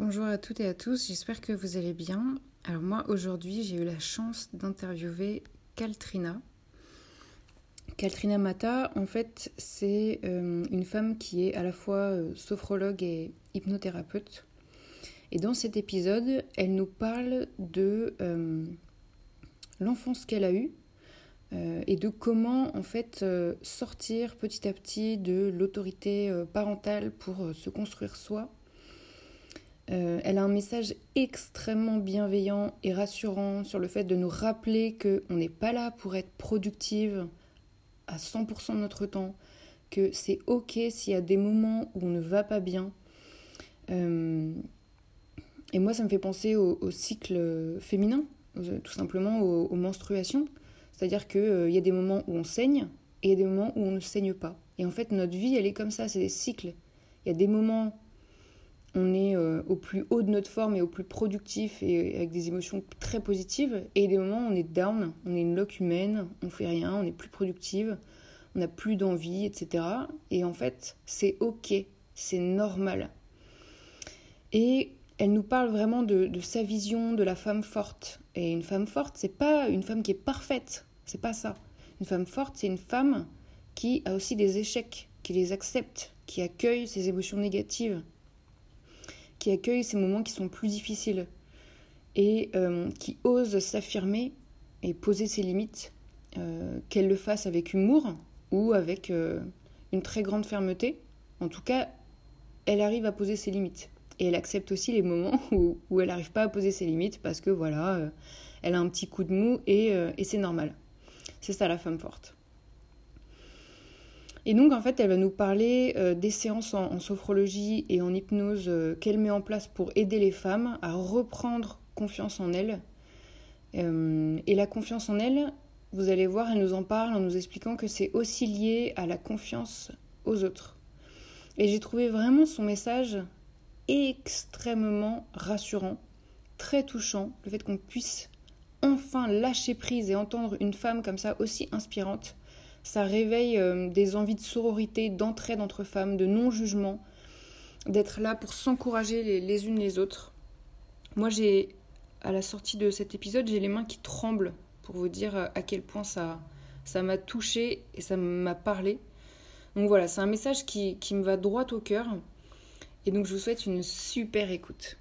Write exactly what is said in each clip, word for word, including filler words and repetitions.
Bonjour à toutes et à tous, j'espère que vous allez bien. Alors moi aujourd'hui j'ai eu la chance d'interviewer Caltrina. Caltrina Mata, en fait c'est euh, une femme qui est à la fois euh, sophrologue et hypnothérapeute. Et dans cet épisode, elle nous parle de euh, l'enfance qu'elle a eue euh, et de comment en fait euh, sortir petit à petit de l'autorité euh, parentale pour euh, se construire soi. Euh, elle a un message extrêmement bienveillant et rassurant sur le fait de nous rappeler qu'on n'est pas là pour être productive à cent pour cent de notre temps, que c'est ok s'il y a des moments où on ne va pas bien. Euh, et moi, ça me fait penser au, au cycle féminin, tout simplement aux, aux menstruations. C'est-à-dire qu'il euh, y a des moments où on saigne et il y a des moments où on ne saigne pas. Et en fait, notre vie, elle est comme ça, c'est des cycles. Il y a des moments on est euh, au plus haut de notre forme et au plus productif et avec des émotions très positives. Et des moments où on est down, on est une loque humaine, on fait rien, on est plus productive, on n'a plus d'envie, et cetera. Et en fait, c'est ok, c'est normal. Et elle nous parle vraiment de, de sa vision de la femme forte. Et une femme forte, c'est pas une femme qui est parfaite, c'est pas ça. Une femme forte, c'est une femme qui a aussi des échecs, qui les accepte, qui accueille ses émotions négatives, qui accueille ces moments qui sont plus difficiles et euh, qui ose s'affirmer et poser ses limites, euh, qu'elle le fasse avec humour ou avec euh, une très grande fermeté. En tout cas, elle arrive à poser ses limites. Et elle accepte aussi les moments où, où elle n'arrive pas à poser ses limites parce que voilà, euh, elle a un petit coup de mou et, euh, et c'est normal. C'est ça la femme forte. Et donc, en fait, elle va nous parler euh, des séances en, en sophrologie et en hypnose euh, qu'elle met en place pour aider les femmes à reprendre confiance en elles. Euh, et la confiance en elles, vous allez voir, elle nous en parle en nous expliquant que c'est aussi lié à la confiance aux autres. Et j'ai trouvé vraiment son message extrêmement rassurant, très touchant, le fait qu'on puisse enfin lâcher prise et entendre une femme comme ça aussi inspirante. Ça réveille euh, des envies de sororité, d'entraide entre femmes, de non-jugement, d'être là pour s'encourager les, les unes les autres. Moi, j'ai, à la sortie de cet épisode, j'ai les mains qui tremblent pour vous dire à quel point ça, ça m'a touchée et ça m'a parlé. Donc voilà, c'est un message qui, qui me va droit au cœur. Et donc, je vous souhaite une super écoute.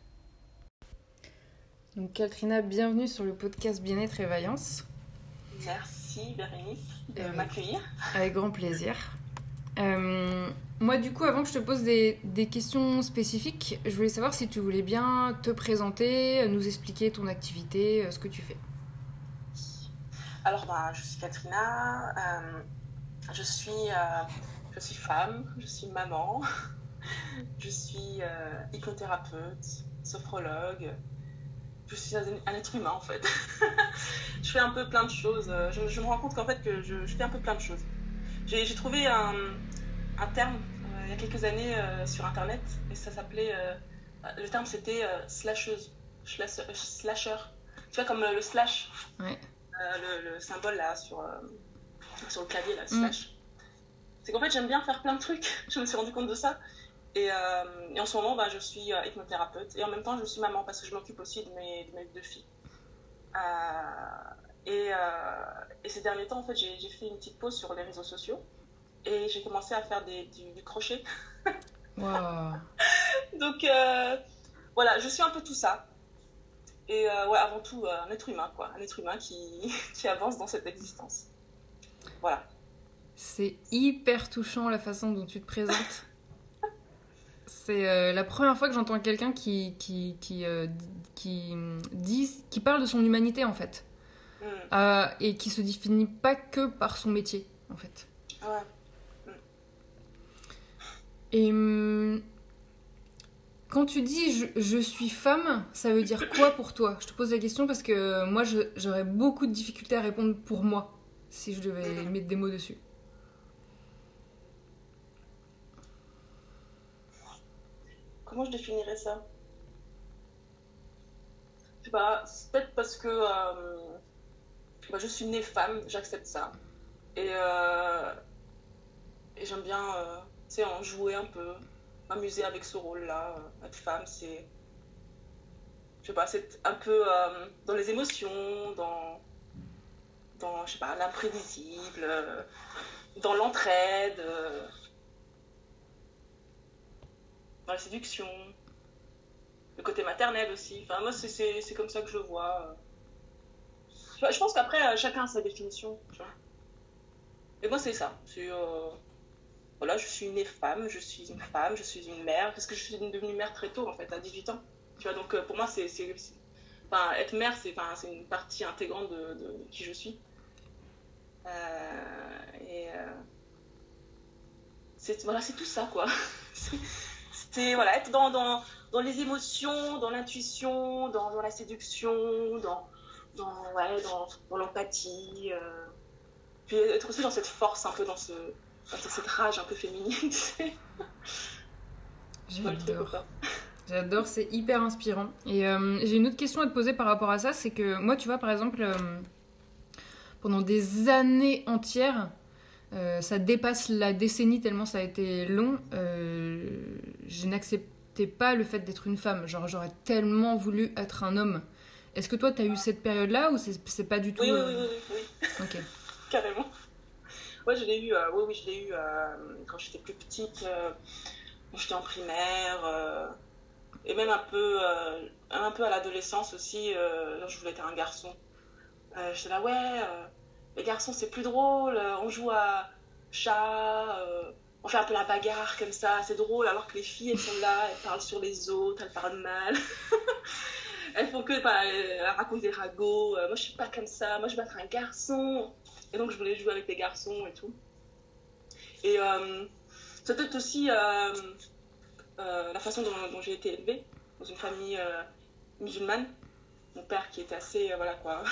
Donc, Caltrina, bienvenue sur le podcast Bien-être et Vaillance. Merci Bérénice de avec, m'accueillir. Avec grand plaisir. Euh, moi du coup, avant que je te pose des, des questions spécifiques, je voulais savoir si tu voulais bien te présenter, nous expliquer ton activité, ce que tu fais. Alors bah, je suis Caltrina, euh, je, suis, euh, je suis femme, je suis maman, je suis euh, hypnothérapeute, sophrologue. Je suis un, un être humain en fait. Je fais un peu plein de choses. Je, je me rends compte qu'en fait que je, je fais un peu plein de choses. J'ai, j'ai trouvé un, un terme euh, il y a quelques années euh, sur internet et ça s'appelait. Euh, le terme c'était euh, slasheuse, slasher, slasher. Tu vois comme euh, le slash. Ouais. Euh, le, le symbole là sur euh, sur le clavier là, slash. Mm. C'est qu'en fait j'aime bien faire plein de trucs. Je me suis rendu compte de ça. Et, euh, et en ce moment, bah, je suis euh, hypnothérapeute et en même temps, je suis maman parce que je m'occupe aussi de mes, de mes deux filles. Euh, et, euh, et ces derniers temps, en fait, j'ai, j'ai fait une petite pause sur les réseaux sociaux et j'ai commencé à faire des, du, du crochet. Wow. Donc, euh, voilà, je suis un peu tout ça. Et euh, ouais, avant tout, euh, un être humain, quoi. Un être humain qui, qui avance dans cette existence. Voilà. C'est hyper touchant la façon dont tu te présentes. C'est euh, la première fois que j'entends quelqu'un qui, qui, qui, euh, qui, dit, qui parle de son humanité, en fait. Mm. Euh, et qui se définit pas que par son métier, en fait. Ouais. Mm. Et hum, quand tu dis je, je suis femme, ça veut dire quoi pour toi ? Je te pose la question parce que moi, je, j'aurais beaucoup de difficultés à répondre pour moi, si je devais mm. mettre des mots dessus. Comment je définirais ça ? Je sais pas, c'est peut-être parce que euh, bah, je suis née femme, j'accepte ça. Et, euh, et j'aime bien euh, en jouer un peu, m'amuser avec ce rôle-là. Être femme, c'est, je sais pas, c'est un peu euh, dans les émotions, dans, dans je sais pas, l'imprévisible, euh, dans l'entraide, euh, dans la séduction, le côté maternel aussi. Enfin, moi, c'est, c'est, c'est comme ça que je le vois. Je pense qu'après, euh, chacun a sa définition, tu vois. Et moi, c'est ça. C'est, euh, voilà, je suis née femme, je suis une femme, je suis une mère. Parce que je suis devenue mère très tôt, en fait, à dix-huit ans. Tu vois, donc euh, pour moi, c'est, c'est, c'est... Enfin, être mère, c'est, enfin, c'est une partie intégrante de, de, de qui je suis. Euh, et euh, c'est, voilà, c'est tout ça, quoi. c'est, c'est voilà, être dans, dans, dans les émotions, dans l'intuition, dans, dans la séduction, dans, dans, ouais, dans, dans l'empathie. Euh, puis être aussi dans cette force, un peu dans, ce, dans cette rage un peu féminine, tu sais. J'adore. J'adore, c'est hyper inspirant. Et euh, j'ai une autre question à te poser par rapport à ça, c'est que moi, tu vois, par exemple, euh, pendant des années entières, euh, ça dépasse la décennie tellement ça a été long, euh, je n'acceptais pas le fait d'être une femme. Genre, j'aurais tellement voulu être un homme. Est-ce que toi, t'as eu cette période-là ou c'est, c'est pas du tout... Oui, oui, euh... oui, oui, oui. Ok. Carrément. Ouais, je l'ai eu, euh, oui, oui, je l'ai eu euh, quand j'étais plus petite, euh, quand j'étais en primaire, euh, et même un peu, euh, un peu à l'adolescence aussi, euh, je voulais être un garçon. Euh, j'étais là, ouais, euh, les garçons c'est plus drôle, euh, on joue à chat, euh, on fait un peu la bagarre comme ça, c'est drôle, alors que les filles elles sont là, elles parlent sur les autres, elles parlent mal. Elles font que, bah, elles racontent des ragots, euh, moi je suis pas comme ça, moi je veux être un garçon. Et donc je voulais jouer avec les garçons et tout. Et euh, c'est peut-être aussi euh, euh, la façon dont, dont j'ai été élevée, dans une famille euh, musulmane. Mon père qui était assez, euh, voilà quoi.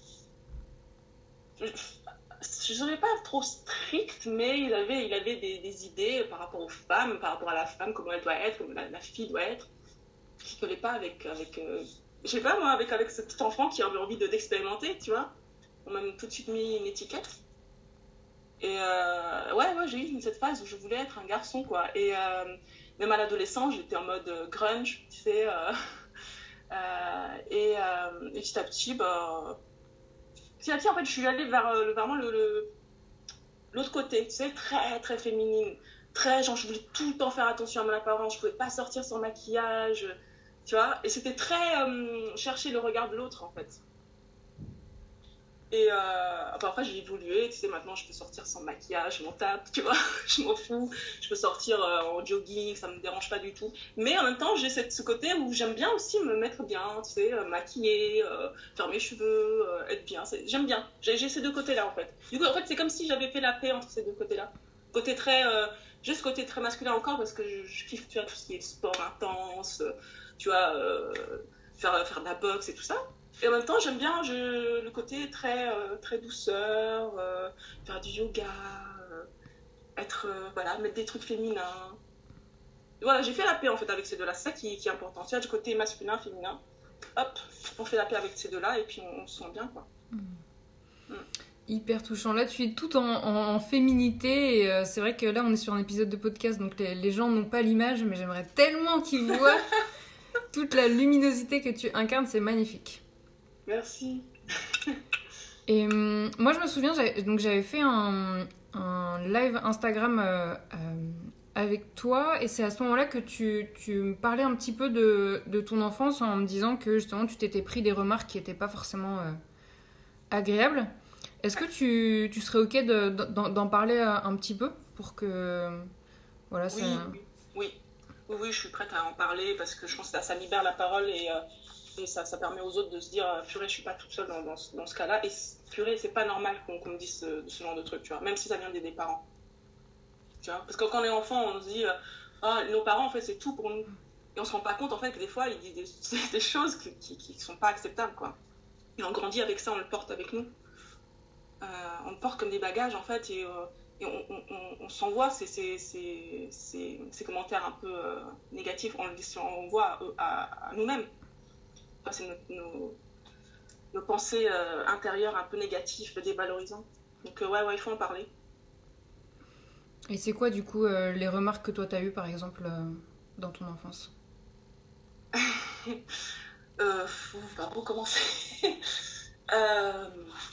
je ne serais pas trop strict, mais il avait, il avait des, des idées par rapport aux femmes, par rapport à la femme, comment elle doit être, comment la, la fille doit être, qui ne collait pas avec, avec euh, je sais pas moi, avec, avec ce petit enfant qui avait envie de, d'expérimenter, tu vois. On m'a tout de suite mis une étiquette. Et euh, ouais, ouais, j'ai eu cette phase où je voulais être un garçon, quoi. Et euh, même à l'adolescence, j'étais en mode grunge, tu sais. Euh, euh, et, euh, et petit à petit, bah, petit à petit, en fait, je suis allée vers euh, vraiment le, le, l'autre côté, tu sais, très, très féminine. Très, genre, je voulais tout le temps faire attention à mon apparence, je pouvais pas sortir sans maquillage, tu vois. Et c'était très euh, chercher le regard de l'autre, en fait. Et euh, après, j'ai évolué, tu sais, maintenant je peux sortir sans maquillage, je m'en tape, tu vois, je m'en fous. Je peux sortir euh, en jogging, ça me dérange pas du tout. Mais en même temps, j'ai cette, ce côté où j'aime bien aussi me mettre bien, tu sais, euh, maquiller, euh, faire mes cheveux, euh, être bien. C'est, j'aime bien. J'ai, j'ai ces deux côtés-là, en fait. Du coup, en fait, c'est comme si j'avais fait la paix entre ces deux côtés-là. Côté très, euh, juste côté très masculin encore, parce que je, je kiffe, tu vois, tout ce qui est sport intense, euh, tu vois, euh, faire, faire de la boxe et tout ça. Et en même temps, j'aime bien je, le côté très, euh, très douceur, euh, faire du yoga, euh, être, euh, voilà, mettre des trucs féminins. Et voilà, j'ai fait la paix en fait avec ces deux-là. C'est ça qui, qui est important. Tu vois, du côté masculin, féminin, hop, on fait la paix avec ces deux-là et puis on, on se sent bien, quoi. Mmh. Mm. Hyper touchant. Là, tu es tout en, en, en féminité. Et euh, c'est vrai que là, on est sur un épisode de podcast, donc les, les gens n'ont pas l'image, mais j'aimerais tellement qu'ils voient toute la luminosité que tu incarnes. C'est magnifique. Merci. Et euh, moi, je me souviens, j'avais, donc j'avais fait un, un live Instagram euh, euh, avec toi, et c'est à ce moment-là que tu, tu me parlais un petit peu de, de ton enfance en me disant que justement, tu t'étais pris des remarques qui n'étaient pas forcément euh, agréables. Est-ce que tu, tu serais ok de, d'en, d'en parler un petit peu pour que voilà, oui, ça... oui, oui, oui, oui, je suis prête à en parler parce que je pense que ça, ça libère la parole et euh... Et ça, ça permet aux autres de se dire purée, je suis pas toute seule dans, dans, dans ce cas-là. Et purée, c'est pas normal qu'on, qu'on me dise ce, ce genre de truc, tu vois, même si ça vient des, des parents. Tu vois, parce que quand on est enfant, on se dit ah, nos parents, en fait, c'est tout pour nous. Et on se rend pas compte, en fait, que des fois, ils disent des, des choses qui, qui, qui sont pas acceptables, quoi. Et on grandit avec ça, on le porte avec nous. Euh, on le porte comme des bagages, en fait, et, euh, et on, on, on, on s'envoie ces, ces, ces, ces, ces commentaires un peu euh, négatifs, on, on voit à, à, à nous-mêmes. C'est nos, nos, nos pensées euh, intérieures un peu négatives, dévalorisantes. Donc euh, ouais, ouais, il faut en parler. Et c'est quoi du coup euh, les remarques que toi t'as eues par exemple euh, dans ton enfance? Euh, fou, par où commencer. euh,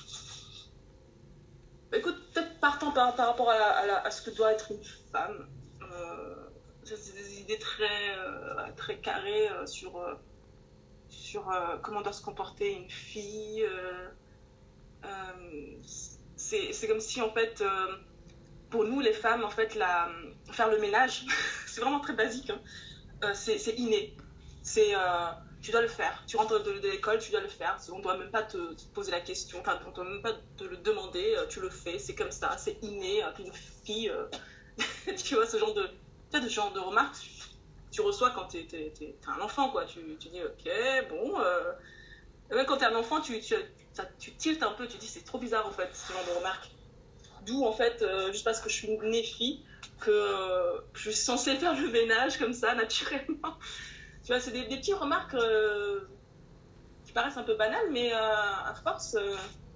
Écoute, peut-être partant par, par rapport à, la- à, la- à ce que doit être une femme. Euh, ça, c'est des idées très, euh, voilà, très carrées euh, sur, euh, sur euh, comment doit se comporter une fille. Euh, euh, c'est, c'est comme si, en fait, euh, pour nous, les femmes, en fait, la, faire le ménage, c'est vraiment très basique. Hein. Euh, c'est, c'est inné. C'est, euh, tu dois le faire. Tu rentres de, de l'école, tu dois le faire. On ne doit même pas te, te, poser la question, enfin, on ne doit même pas te le demander, euh, tu le fais. C'est comme ça, c'est inné. T'es une fille, euh, tu vois, ce genre de, tu sais, ce genre de remarques, tu reçois quand t'es, t'es, t'es, t'es un enfant, quoi. Tu, tu dis, ok, bon. Euh... Et même quand t'es un enfant, tu, tu, ça, tu tiltes un peu, tu dis, c'est trop bizarre, en fait, ce genre de remarques. D'où, en fait, euh, juste parce que je suis née fille, que euh, je suis censée faire le ménage comme ça, naturellement. Tu vois, c'est des, des petites remarques euh, qui paraissent un peu banales, mais euh, à force, euh,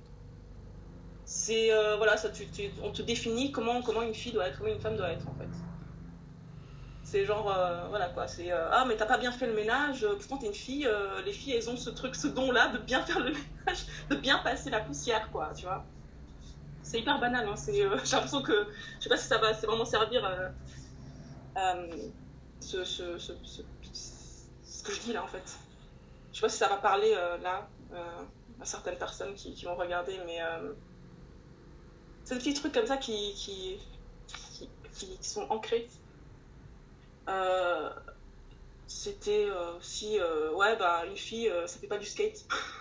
c'est euh, voilà, ça, tu, tu, on te définit comment, comment une fille doit être, comment une femme doit être en fait. C'est genre, euh, voilà quoi, c'est euh, ah, mais t'as pas bien fait le ménage, euh, pourtant t'es une fille, euh, les filles elles ont ce truc, ce don-là de bien faire le ménage, de bien passer la poussière quoi, tu vois. C'est hyper banal, hein, c'est, euh, j'ai l'impression que, je sais pas si ça va c'est vraiment servir euh, euh, ce, ce, ce, ce, ce que je dis là en fait. Je sais pas si ça va parler euh, là euh, à certaines personnes qui, qui vont regarder, mais euh, c'est des petits trucs comme ça qui, qui, qui, qui, qui sont ancrés. Euh, c'était euh, aussi, euh, ouais, bah, une fille, euh, ça fait pas du skate.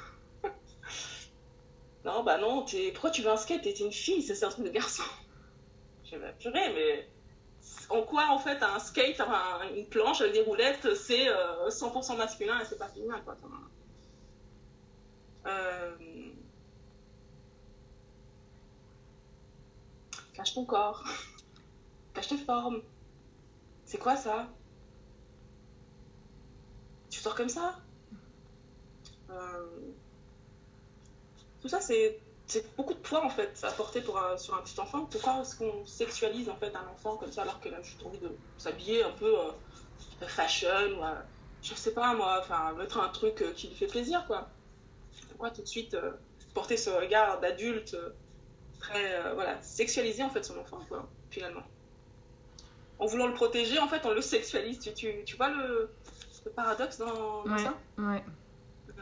Non, bah non, t'es... pourquoi tu veux un skate? T'es une fille, ça c'est un truc de garçon. J'ai bah, purée, mais en quoi en fait un skate, enfin, une planche avec des roulettes, c'est euh, cent pour cent masculin et c'est pas féminin quoi. Euh, Cache ton corps, cache tes formes. C'est quoi ça? Tu sors comme ça? euh, Tout ça, c'est, c'est beaucoup de poids en fait à porter pour un, sur un petit enfant. Pourquoi est-ce qu'on sexualise en fait un enfant comme ça alors qu'elle a juste envie de s'habiller un peu euh, fashion ou euh, je sais pas moi, enfin mettre un truc euh, qui lui fait plaisir quoi. Pourquoi tout de suite euh, porter ce regard d'adulte euh, très euh, voilà sexualiser en fait son enfant quoi finalement. En voulant le protéger en fait on le sexualise. Tu, tu, tu vois le, le paradoxe dans, dans Ouais, ça? ouais. Ouais.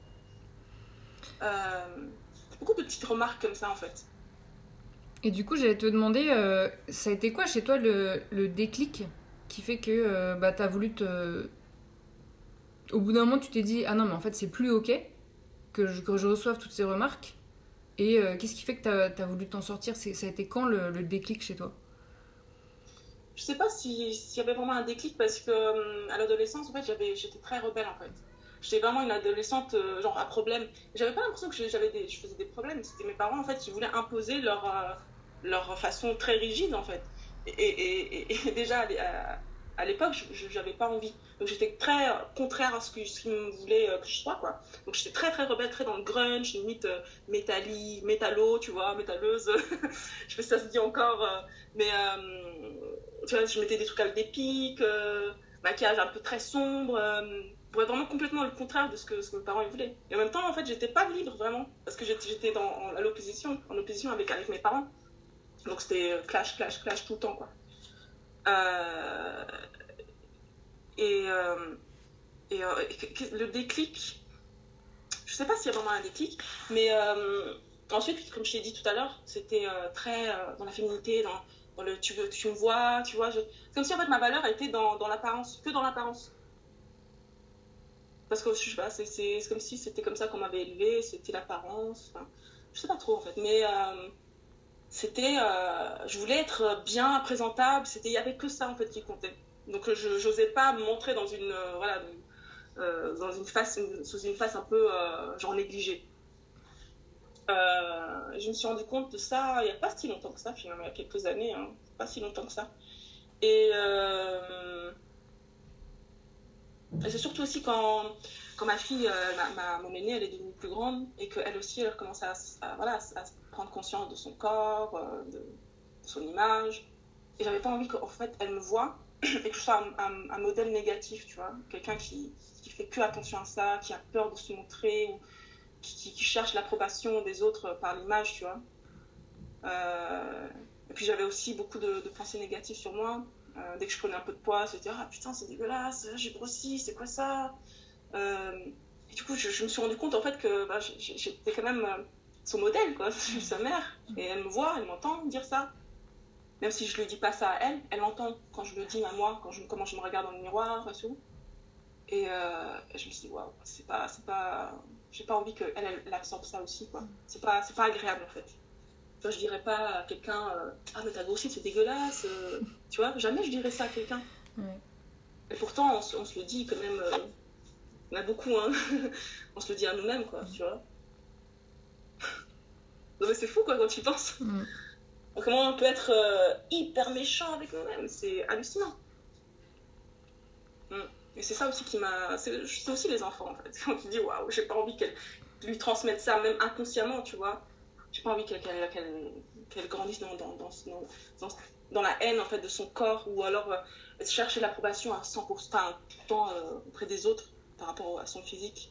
Euh, beaucoup de petites remarques comme ça en fait. Et du coup, j'allais te demander, euh, ça a été quoi chez toi le, le déclic qui fait que euh, bah, t'as voulu te... Au bout d'un moment, tu t'es dit, ah non, mais en fait, c'est plus ok que je, que je reçoive toutes ces remarques. Et euh, qu'est-ce qui fait que t'as, t'as voulu t'en sortir? C'est, ça a été quand le, le déclic chez toi? Je sais pas si- s'il y avait vraiment un déclic parce que euh, à l'adolescence en fait j'avais j'étais très rebelle en fait. J'étais vraiment une adolescente euh, genre à problème. J'avais pas l'impression que j'avais des, je faisais des problèmes. C'était mes parents en fait qui voulaient imposer leur euh, leur façon très rigide en fait. Et, et, et, et déjà à, à l'époque je j'avais pas envie. Donc j'étais très contraire à ce que ce qu'ils me voulaient euh, que je sois quoi. Donc j'étais très très rebelle, très dans le grunge, limite euh, métalli, métallo, tu vois, métalleuse. Je sais pas si ça se dit encore, euh, mais euh, tu vois, je mettais des trucs avec des pics, euh, maquillage un peu très sombre, euh, pour être vraiment complètement le contraire de ce que, ce que mes parents ils voulaient. Et en même temps, en fait, j'étais pas libre vraiment, parce que j'étais, j'étais dans, en, à l'opposition, en opposition avec, avec mes parents. Donc c'était clash, clash, clash tout le temps, quoi. Euh, et, euh, et, euh, et le déclic, je sais pas s'il y a vraiment un déclic, mais euh, ensuite, comme je t'ai dit tout à l'heure, c'était euh, très euh, dans la féminité, dans, dans le tu, veux, tu me vois, tu vois. Je... C'est comme si en fait ma valeur était dans, dans l'apparence, que dans l'apparence. Parce que je sais pas, c'est, c'est, c'est comme si c'était comme ça qu'on m'avait élevé, c'était l'apparence. Enfin, je sais pas trop en fait, mais euh, c'était. Euh, je voulais être bien présentable, c'était, il y avait que ça en fait qui comptait. Donc je n'osais pas me montrer dans une. Euh, voilà, euh, dans une face, une, sous une face un peu euh, genre négligée. Euh, je me suis rendu compte de ça il n'y a pas si longtemps que ça, finalement, il y a quelques années, hein, pas si longtemps que ça. Et, euh, et c'est surtout aussi quand, quand ma fille, euh, ma, ma, mon aînée, elle est devenue plus grande et qu'elle aussi, elle commence à, à, voilà, à prendre conscience de son corps, euh, de, de son image. Et j'avais pas envie qu'en fait, elle me voie et que je sois un, un, un modèle négatif, tu vois. Quelqu'un qui, qui fait que attention à ça, qui a peur de se montrer, ou qui, qui cherche l'approbation des autres par l'image, tu vois. Euh, et puis j'avais aussi beaucoup de, de pensées négatives sur moi. Euh, dès que je prenais un peu de poids, c'était ah putain c'est dégueulasse, j'ai grossi, c'est quoi ça euh, et du coup je, je me suis rendu compte en fait que bah, j'étais quand même euh, son modèle quoi, je suis sa mère et elle me voit, elle m'entend dire ça, même si je lui dis pas ça à elle, elle l'entend quand je le dis à moi, quand je, comment je me regarde dans le miroir et tout. Et, euh, et je me suis dit waouh, c'est pas, c'est pas, j'ai pas envie qu'elle elle, elle absorbe ça aussi quoi, c'est pas, c'est pas agréable en fait. Enfin, je dirais pas à quelqu'un euh, ah mais t'as grossi, c'est dégueulasse, euh, tu vois, jamais je dirais ça à quelqu'un. Ouais. Et pourtant on, on se le dit quand même, euh, on a beaucoup hein, on se le dit à nous-mêmes quoi, tu vois. Non mais c'est fou quoi quand tu y penses. Mm. Donc, comment on peut être euh, hyper méchant avec nous-mêmes, c'est hallucinant. Mm. Et c'est ça aussi qui m'a, c'est, c'est aussi les enfants en fait, quand tu dis waouh, j'ai pas envie qu'elle lui transmette ça même inconsciemment, tu vois. J'ai pas envie qu'elle, qu'elle, qu'elle, qu'elle grandisse dans, dans, dans, dans, dans la haine en fait, de son corps, ou alors euh, chercher l'approbation à cent pour cent, enfin, tout le temps euh, auprès des autres par rapport à son physique.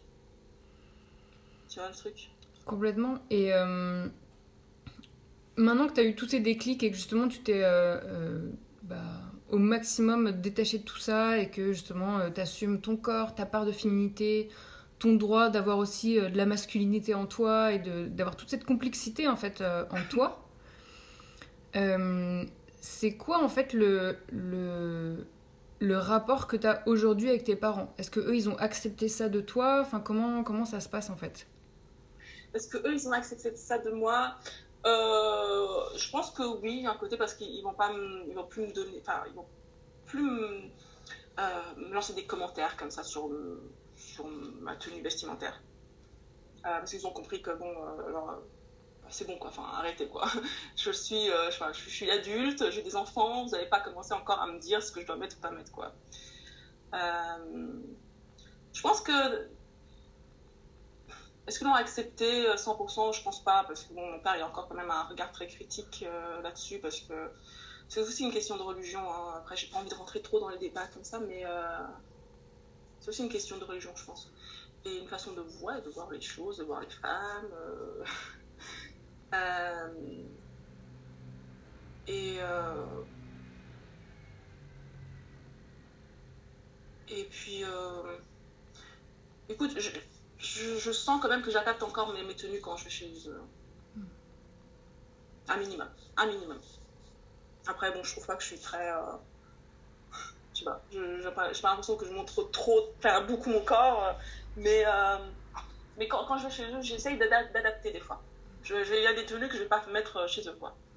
Tu vois le truc ? Complètement. Et euh, maintenant que tu as eu tous ces déclics et que justement tu t'es euh, euh, bah, au maximum détaché de tout ça et que justement euh, tu assumes ton corps, ta part de féminité, ton droit d'avoir aussi euh, de la masculinité en toi et de, d'avoir toute cette complexité en fait euh, en toi. Euh, c'est quoi en fait le, le, le rapport que tu as aujourd'hui avec tes parents ? Est-ce que eux ils ont accepté ça de toi ? Enfin, comment, comment ça se passe en fait ? Est-ce que eux ils ont accepté ça de moi ? euh, Je pense que oui, d'un côté parce qu'ils vont pas me, ils vont plus me donner, enfin ils vont plus me, euh, me lancer des commentaires comme ça sur le sur ma tenue vestimentaire. Euh, parce qu'ils ont compris que bon, euh, alors, euh, c'est bon quoi, enfin arrêtez quoi. Je suis, euh, je, je, je suis adulte, j'ai des enfants, vous n'allez pas commencer encore à me dire ce que je dois mettre ou pas mettre quoi. Euh, je pense que. Est-ce qu'ils l'ont accepté cent pour cent ? Je pense pas, parce que bon, mon père il a encore quand même un regard très critique euh, là-dessus, parce que c'est aussi une question de religion. Hein. Après, j'ai pas envie de rentrer trop dans les débats comme ça, mais euh, c'est aussi une question de religion, je pense. Et une façon de voir, de voir les choses, de voir les femmes. Euh... euh... Et, euh... et puis, euh... écoute, je... Je, je sens quand même que j'adapte encore mes, mes tenues quand je vais chez eux. Un minimum. Un minimum. Après, bon, je trouve pas que je suis très... Euh... Je sais pas. Je j'ai pas, j'ai pas l'impression que je montre trop, enfin, beaucoup mon corps. Mais, euh... mais quand, quand je vais chez eux, j'essaye d'adap- d'adapter des fois. Il y a des tenues que je vais pas mettre chez eux, quoi.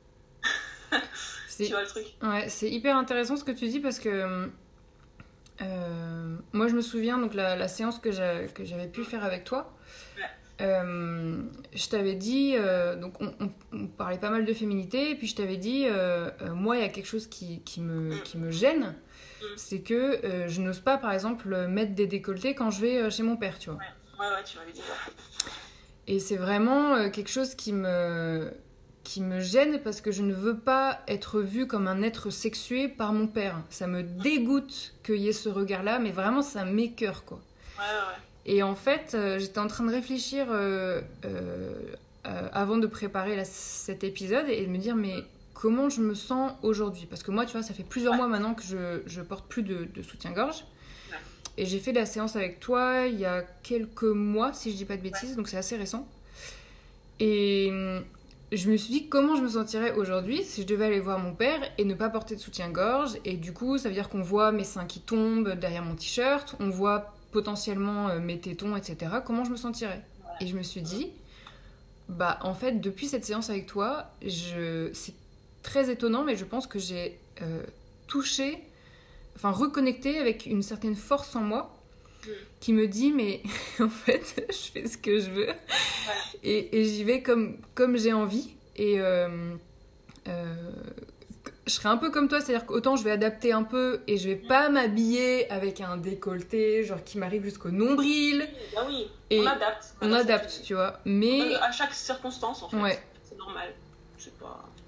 Tu vois le truc ? Ouais, c'est hyper intéressant ce que tu dis parce que... Euh, moi je me souviens donc la, la séance que, j'a, que j'avais pu faire avec toi, ouais. euh, je t'avais dit euh, donc on, on, on parlait pas mal de féminité et puis je t'avais dit euh, euh, moi il y a quelque chose qui, qui, me, qui me gêne, c'est que euh, je n'ose pas par exemple mettre des décolletés quand je vais chez mon père, tu vois. Ouais, ouais, ouais tu m'avais dit ça. Et c'est vraiment euh, quelque chose qui me qui me gêne parce que je ne veux pas être vue comme un être sexué par mon père. Ça me dégoûte qu'il y ait ce regard-là, mais vraiment, ça m'écoeure, quoi. Ouais, ouais. Et en fait, euh, j'étais en train de réfléchir euh, euh, euh, avant de préparer la, cet épisode et de me dire, mais comment je me sens aujourd'hui ? Parce que moi, tu vois, ça fait plusieurs ouais. mois maintenant que je, je porte plus de, de soutien-gorge. Ouais. Et j'ai fait la séance avec toi il y a quelques mois, si je dis pas de bêtises, ouais. donc c'est assez récent. Et... je me suis dit comment je me sentirais aujourd'hui si je devais aller voir mon père et ne pas porter de soutien-gorge. Et du coup, ça veut dire qu'on voit mes seins qui tombent derrière mon t-shirt, on voit potentiellement mes tétons, et cetera. Comment je me sentirais ? Ouais. Et je me suis dit, bah en fait, depuis cette séance avec toi, je... c'est très étonnant, mais je pense que j'ai euh, touché, enfin reconnecté avec une certaine force en moi qui me dit mais en fait je fais ce que je veux ouais. et, et j'y vais comme, comme j'ai envie et euh, euh, je serai un peu comme toi, c'est-à-dire qu'autant je vais adapter un peu et je vais pas m'habiller avec un décolleté genre qui m'arrive jusqu'au nombril. Ben oui, et on adapte on adapte tu vois, mais à chaque circonstance en fait ouais. C'est normal, je sais pas.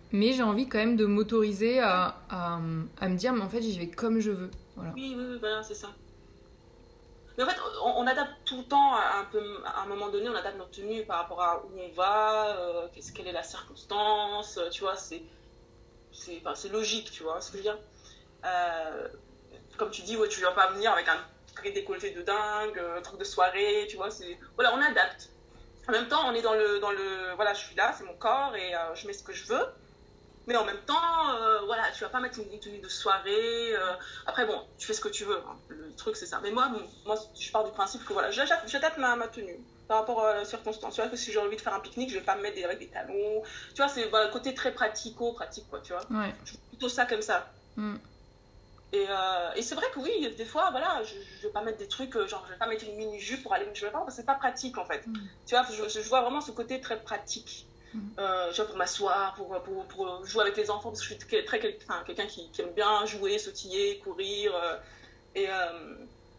mais j'ai envie quand même de m'autoriser à, à, à me dire, mais en fait, j'y vais comme je veux. Voilà. Oui, oui, oui, voilà, c'est ça. Mais en fait, on, on adapte tout le temps, à un, peu, à un moment donné, on adapte notre tenue par rapport à où on va, euh, qu'est-ce, quelle est la circonstance, euh, tu vois, c'est, c'est, enfin, c'est logique, tu vois ce que je veux dire. Euh, comme tu dis, ouais, tu ne vas pas venir avec un décolleté de dingue, un truc de soirée, tu vois, c'est... Voilà, on adapte. En même temps, on est dans le... Dans le voilà, je suis là, c'est mon corps, et euh, je mets ce que je veux. Mais en même temps, euh, voilà, tu vas pas mettre une tenue de soirée. Euh... Après, bon, tu fais ce que tu veux. Hein. Le truc, c'est ça. Mais moi, bon, moi, je pars du principe que voilà, j'adapte, j'adapte ma, ma tenue par rapport à la circonstance. Tu vois, que si j'ai envie de faire un pique-nique, je vais pas me mettre des, avec des talons. Tu vois, c'est voilà, le côté très pratico-pratique, quoi, tu vois. Ouais. Je fais plutôt ça comme ça. Mm. Et, euh, et c'est vrai que oui, des fois, voilà, je, je vais pas mettre des trucs, genre, je vais pas mettre une mini-jupe pour aller me cheveux, parce que c'est pas pratique, en fait. Mm. Tu vois, je, je vois vraiment ce côté très pratique. Euh, tu vois, pour m'asseoir, pour, pour, pour jouer avec les enfants, parce que je suis très, très, enfin, quelqu'un qui, qui aime bien jouer, sautiller, courir. Euh, et, euh...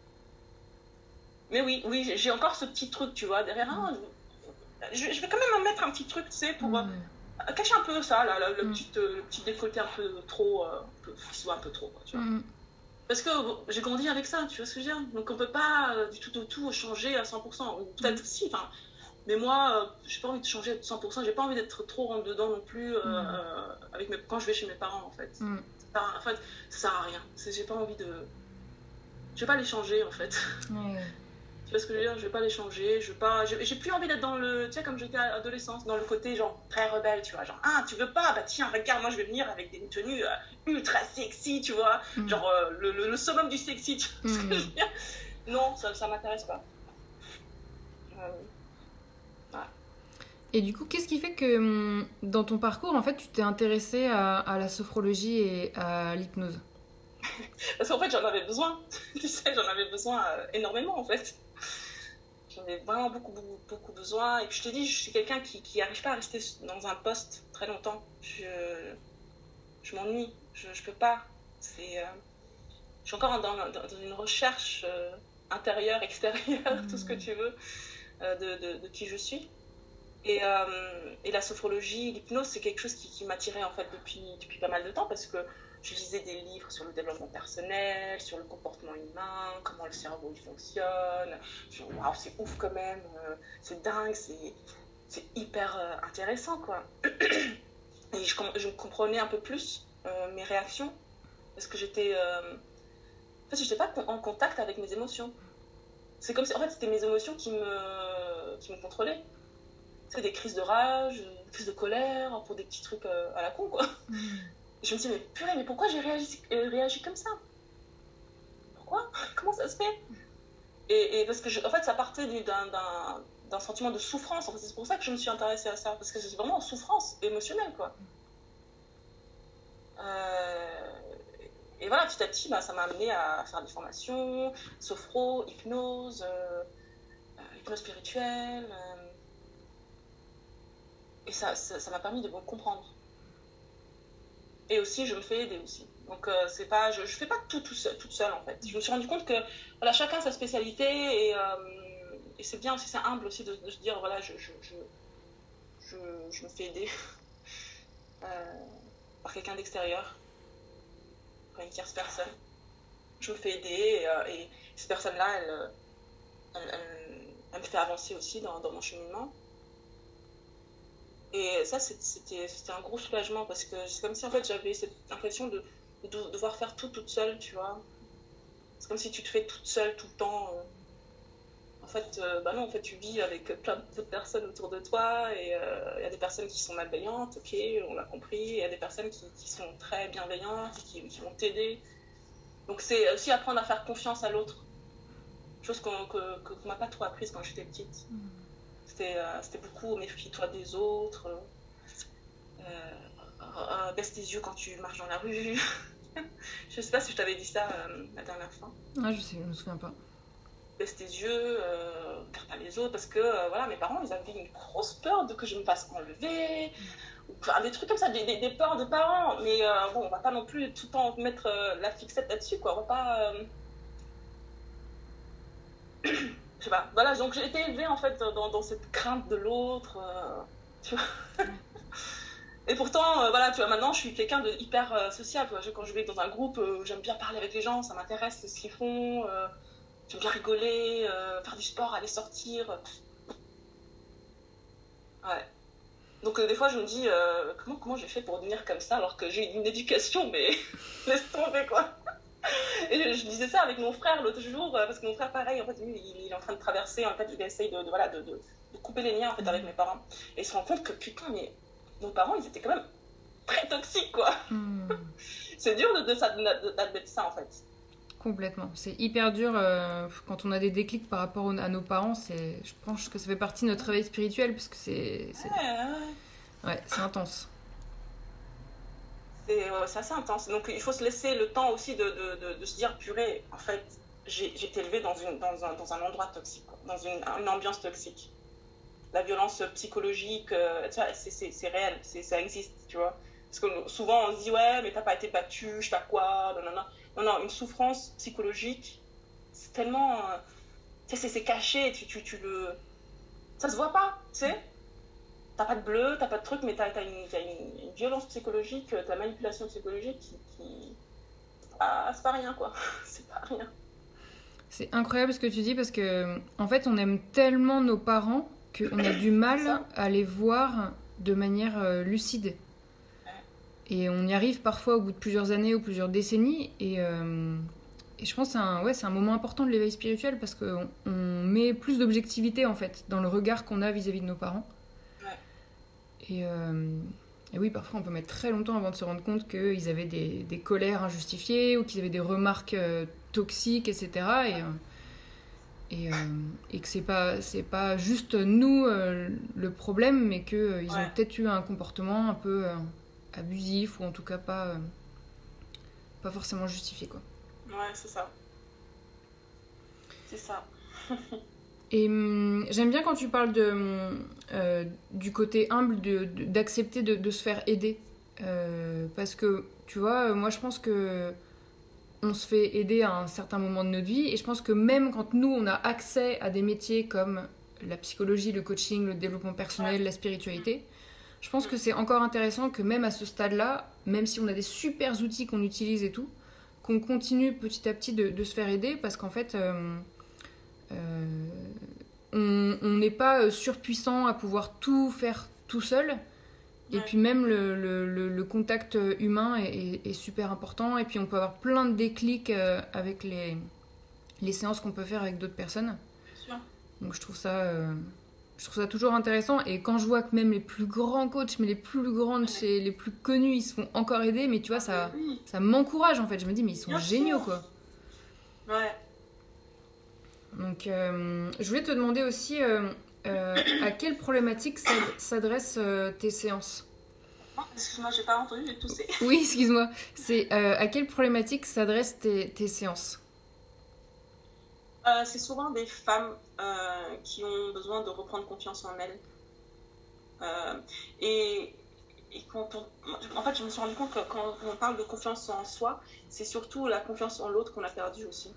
Mais oui, oui, j'ai encore ce petit truc, tu vois, derrière. Mm. Ah, je, je vais quand même en mettre un petit truc, tu sais, pour mm. euh, cacher un peu ça, là, là, le, mm. petit, euh, le petit décolleté un peu trop, euh, un peu, qui soit un peu trop, quoi, tu vois. Mm. Parce que bon, j'ai grandi avec ça, tu vois ce que je veux dire. Donc on peut pas euh, du tout au tout changer à cent pour cent. Ou peut-être mm. si, enfin. Mais moi, euh, j'ai pas envie de changer à cent pour cent, j'ai pas envie d'être trop rentre dedans non plus euh, mm. euh, avec mes... quand je vais chez mes parents, en fait. Mm. Ça, en fait, ça sert à rien. C'est, j'ai pas envie de... Je vais pas les changer, en fait. Mm. Tu vois ce que je veux dire? Je vais pas les changer, je vais pas... J'ai, j'ai plus envie d'être dans le... Tu sais, comme j'étais à l'adolescence, dans le côté, genre, très rebelle, tu vois. Genre, ah, tu veux pas? Bah tiens, regarde, moi, je vais venir avec des tenues euh, ultra sexy, tu vois. Mm. Genre, euh, le, le, le summum du sexy, tu vois mm. ce que je veux dire? Non, ça, ça m'intéresse pas. Euh... Et du coup, qu'est-ce qui fait que dans ton parcours, en fait, tu t'es intéressée à, à la sophrologie et à l'hypnose? Parce qu'en fait, j'en avais besoin. Tu sais, j'en avais besoin euh, énormément, en fait. J'en avais vraiment beaucoup, beaucoup, beaucoup besoin. Et puis, je te dis, je suis quelqu'un qui n'arrive pas à rester dans un poste très longtemps. Je, je m'ennuie. Je ne peux pas. C'est, euh, je suis encore dans, dans, dans une recherche euh, intérieure, extérieure, mmh. tout ce que tu veux, euh, de, de, de qui je suis. Et, euh, et la sophrologie, l'hypnose, c'est quelque chose qui, qui m'attirait en fait depuis, depuis pas mal de temps parce que je lisais des livres sur le développement personnel, sur le comportement humain, comment le cerveau il fonctionne. Je me dis, waouh, c'est ouf quand même, euh, c'est dingue, c'est, c'est hyper euh, intéressant quoi. Et je, je comprenais un peu plus euh, mes réactions parce que j'étais, euh, en fait, j'étais pas en contact avec mes émotions. C'est comme si, en fait, c'était mes émotions qui me, qui me contrôlaient. C'est des crises de rage, des crises de colère, pour des petits trucs euh, à la con, quoi. Mm. Je me dis, mais purée, mais pourquoi j'ai réagi, euh, réagi comme ça? Pourquoi? Comment ça se fait? et, et parce que, je, en fait, ça partait d'un, d'un, d'un sentiment de souffrance. En fait, c'est pour ça que je me suis intéressée à ça, parce que c'est vraiment en souffrance émotionnelle, quoi. Euh, et voilà, petit à petit, bah, ça m'a amené à faire des formations, sophro, hypnose, euh, hypnose spirituelle... Euh, Et ça, ça, ça m'a permis de me comprendre. Et aussi, je me fais aider aussi. Donc, euh, c'est pas, je ne fais pas tout, tout seul, toute seule, en fait. Je me suis rendu compte que voilà, chacun a sa spécialité et, euh, et c'est bien aussi, c'est humble aussi de, de se dire, voilà, je, je, je, je, je me fais aider euh, par quelqu'un d'extérieur, par une tierce personne. Je me fais aider et, euh, et cette personne-là, elle, elle, elle, elle me fait avancer aussi dans, dans mon cheminement. Et ça, c'était, c'était un gros soulagement parce que c'est comme si en fait j'avais cette impression de, de devoir faire tout toute seule, tu vois. C'est comme si tu te fais toute seule tout le temps. En fait, euh, bah non, en fait, tu vis avec plein d'autres personnes autour de toi et il euh, y a des personnes qui sont malveillantes, ok, on l'a compris. Il y a des personnes qui, qui sont très bienveillantes, qui, qui vont t'aider. Donc c'est aussi apprendre à faire confiance à l'autre. Chose qu'on, que, que, qu'on m'a pas trop apprise quand j'étais petite. Mm. C'était, euh, c'était beaucoup méfie-toi des autres, euh, euh, baisse tes yeux quand tu marches dans la rue. Je sais pas si je t'avais dit ça euh, la dernière fois. Ah, je sais, je me souviens pas. Baisse tes yeux, euh, regarde pas les autres, parce que euh, voilà, mes parents ils avaient une grosse peur de que je me fasse enlever, mm. enfin des trucs comme ça, des, des, des peurs de parents. Mais euh, bon, on va pas non plus tout le temps mettre euh, la fixette là-dessus, quoi. On va pas. Euh... Je sais pas, voilà, donc j'ai été élevée en fait dans, dans cette crainte de l'autre, euh, tu vois. Et pourtant, euh, voilà, tu vois, maintenant, je suis quelqu'un de hyper euh, social. Tu vois. Je- quand je vais dans un groupe, euh, j'aime bien parler avec les gens, ça m'intéresse ce qu'ils font. Euh, j'aime bien rigoler, euh, faire du sport, aller sortir. Ouais. Donc, euh, des fois, je me dis, euh, comment, comment j'ai fait pour devenir comme ça alors que j'ai une éducation, mais laisse tomber, quoi. Et je, je disais ça avec mon frère l'autre jour, euh, parce que mon frère, pareil, en fait, lui, il, il est en train de traverser, en fait, il essaye de, de, voilà, de, de, de couper les liens, en fait, avec mes parents. Et il se rend compte que, putain, mais nos parents, ils étaient quand même très toxiques, quoi. Hmm. C'est dur de, de, de, d'admettre ça, en fait. Complètement. C'est hyper dur euh, quand on a des déclics par rapport au- à nos parents. C'est, je pense que ça fait partie de notre réveil spirituel parce que c'est, c'est, Ouais, ouais. ouais, c'est intense. C'est, ouais, c'est assez intense. Donc, il faut se laisser le temps aussi de, de, de, de se dire, purée, en fait, j'ai, j'ai été élevée dans, une, dans, un, dans un endroit toxique, quoi, dans une, une ambiance toxique. La violence psychologique, euh, tu vois, c'est, c'est, c'est réel, c'est, ça existe, tu vois. Parce que souvent, on se dit, ouais, mais t'as pas été battu, je sais pas quoi, non, non, non. Non, non, une souffrance psychologique, c'est tellement... euh, tu sais, c'est, c'est caché, tu, tu, tu le... Ça se voit pas, tu sais. T'as pas de bleu, t'as pas de truc, mais t'as, t'as, une, t'as une, une violence psychologique, t'as la manipulation psychologique qui... qui... Ah, c'est pas rien, quoi. C'est pas rien. C'est incroyable ce que tu dis parce que en fait, on aime tellement nos parents qu'on a du mal à les voir de manière euh, lucide. Et on y arrive parfois au bout de plusieurs années ou plusieurs décennies. Et, euh, et je pense que c'est un, ouais, c'est un moment important de l'éveil spirituel parce qu'on on met plus d'objectivité en fait dans le regard qu'on a vis-à-vis de nos parents. Ouais. Et, euh, et oui, parfois on peut mettre très longtemps avant de se rendre compte qu'ils avaient des, des colères injustifiées ou qu'ils avaient des remarques euh, toxiques, et cetera. Et, euh, et, euh, et que c'est pas, c'est pas juste nous euh, le problème, mais qu'ils euh, ils Ouais. ont peut-être eu un comportement un peu euh, abusif ou en tout cas pas, euh, pas forcément justifié, quoi. Ouais, c'est ça. C'est ça. Et hum, j'aime bien quand tu parles de, hum, euh, du côté humble, de, de- d'accepter de, de se faire aider. Euh, parce que, tu vois, moi je pense que on se fait aider à un certain moment de notre vie. Et je pense que même quand nous, on a accès à des métiers comme la psychologie, le coaching, le développement personnel, Ouais. la spiritualité, je pense que c'est encore intéressant que même à ce stade-là, même si on a des super outils qu'on utilise et tout, qu'on continue petit à petit de, de se faire aider parce qu'en fait... euh, euh, on on n'est pas euh, surpuissant à pouvoir tout faire tout seul. Et Ouais. puis même le, le, le- le contact humain est, est- est super important. Et puis on peut avoir plein de déclics euh, avec les, les séances qu'on peut faire avec d'autres personnes. Bien sûr. Donc je trouve ça, euh, je trouve ça toujours intéressant. Et quand je vois que même les plus grands coachs, mais les plus grands de Ouais. chez les plus connus, ils se font encore aider. Mais tu vois, Ah, ça, mais oui. ça m'encourage en fait. Je me dis, mais ils sont Bien géniaux sûr. quoi. Ouais. Donc, euh, je voulais te demander aussi euh, euh, à quelle problématique s'ad- s'adressent euh, tes séances. Oh, excuse-moi, j'ai pas entendu, j'ai toussé. Oui, excuse-moi. C'est euh, à quelle problématique s'adressent tes, tes séances. Euh, c'est souvent des femmes euh, qui ont besoin de reprendre confiance en elles. Euh, et, et quand on, en fait, je me suis rendu compte que quand on parle de confiance en soi, c'est surtout la confiance en l'autre qu'on a perdue aussi.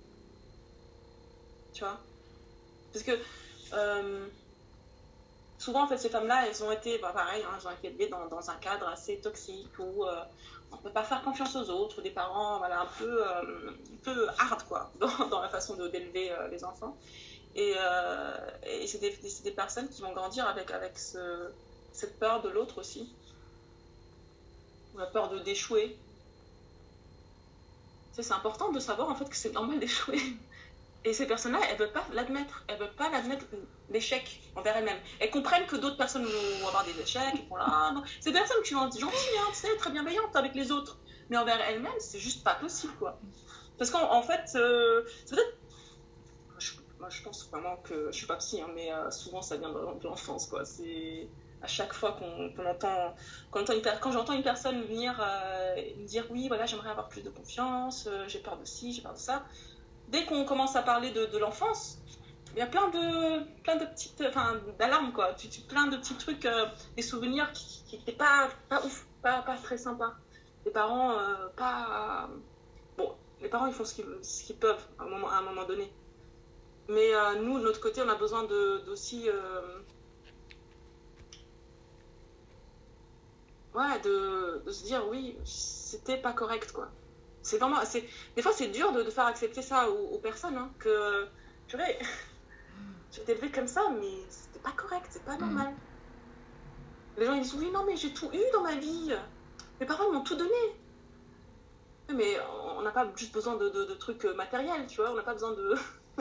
Tu vois? Parce que euh, souvent, en fait, ces femmes-là, elles ont été, bah, pareil, hein, elles ont été élevées dans, dans un cadre assez toxique où euh, on ne peut pas faire confiance aux autres, des parents, voilà, un peu, euh, un peu hard, quoi, dans, dans la façon de, d'élever euh, les enfants. Et, euh, et c'est, des, c'est des personnes qui vont grandir avec, avec ce, cette peur de l'autre aussi, ou la peur de d'échouer. Tu sais, c'est important de savoir, en fait, que c'est normal d'échouer. Et ces personnes-là, elles ne veulent pas l'admettre. Elles ne veulent pas l'admettre, l'échec envers elles-mêmes. Elles comprennent que d'autres personnes vont avoir des échecs. Elles font là, ah, non. Ces personnes qui sont gentilles, hein, tu sais, très bienveillantes avec les autres. Mais envers elles-mêmes, c'est juste pas possible, quoi. Parce qu'en en fait, euh, c'est peut-être... Je, moi, je pense vraiment que... Je suis pas psy, hein, mais euh, souvent, ça vient de, de l'enfance, quoi. C'est... À chaque fois qu'on, qu'on entend... Quand, entend une, quand j'entends une personne venir euh, me dire, oui, voilà, j'aimerais avoir plus de confiance, euh, j'ai peur de ci, j'ai peur de ça... Dès qu'on commence à parler de, de l'enfance, il y a plein de, plein de petites, enfin, d'alarmes, quoi. Tu, tu, plein de petits trucs, euh, des souvenirs qui n'étaient pas, pas ouf, pas, pas très sympas. Les parents, euh, pas... Bon, les parents, ils font ce qu'ils, ce qu'ils peuvent à un moment, à un moment donné. Mais euh, nous, de notre côté, on a besoin de, d'aussi... Euh, ouais, de, de se dire, oui, c'était pas correct, quoi. C'est vraiment, c'est, des fois, c'est dur de, de faire accepter ça aux, aux personnes, hein, que, purée, tu t'es élevé comme ça, mais c'était pas correct, c'est pas normal. Mm. Les gens, ils disent, oui, non, mais j'ai tout eu dans ma vie. Mes parents m'ont tout donné. Mais on n'a pas juste besoin de, de, de trucs matériels, tu vois, on n'a pas besoin de... on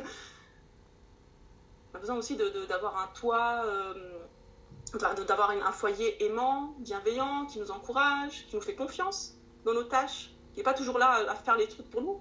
a besoin aussi de, de, d'avoir un toit, euh, d'avoir un foyer aimant, bienveillant, qui nous encourage, qui nous fait confiance dans nos tâches, qui n'est pas toujours là à faire les trucs pour nous.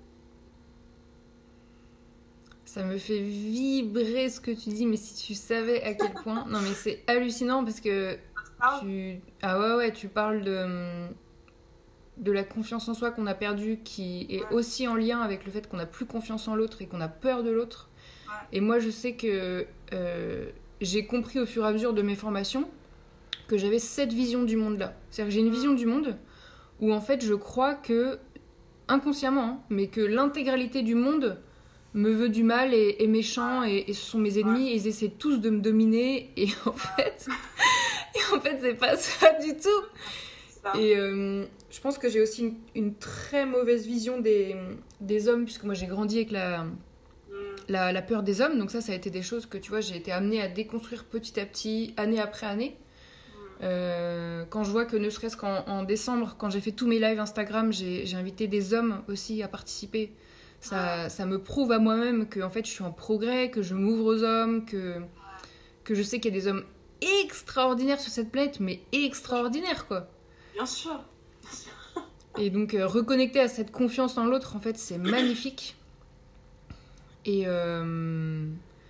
Ça me fait vibrer ce que tu dis, mais si tu savais à quel point... Non, mais c'est hallucinant parce que tu... Ah ouais, ouais, tu parles de... de la confiance en soi qu'on a perdue, qui est ouais. aussi en lien avec le fait qu'on n'a plus confiance en l'autre et qu'on a peur de l'autre. Ouais. Et moi, je sais que euh, j'ai compris au fur et à mesure de mes formations que j'avais cette vision du monde-là. C'est-à-dire que j'ai une vision du monde où, en fait, je crois que, inconsciemment, hein, mais que l'intégralité du monde me veut du mal et est méchant et, et ce sont mes ennemis ouais. et ils essaient tous de me dominer. Et en fait, et en fait c'est pas ça du tout. Et euh, je pense que j'ai aussi une, une très mauvaise vision des, des hommes, puisque moi j'ai grandi avec la, la, la peur des hommes. Donc ça, ça a été des choses que tu vois, j'ai été amenée à déconstruire petit à petit, année après année. Euh, quand je vois que ne serait-ce qu'en en décembre, quand j'ai fait tous mes lives Instagram, j'ai, j'ai invité des hommes aussi à participer. Ça, ça me prouve à moi-même que en fait, je suis en progrès, que je m'ouvre aux hommes, que, que je sais qu'il y a des hommes extraordinaires sur cette planète, mais extraordinaires, quoi. Bien sûr. Et donc, euh, reconnecter à cette confiance en l'autre, en fait, c'est magnifique. Et, euh...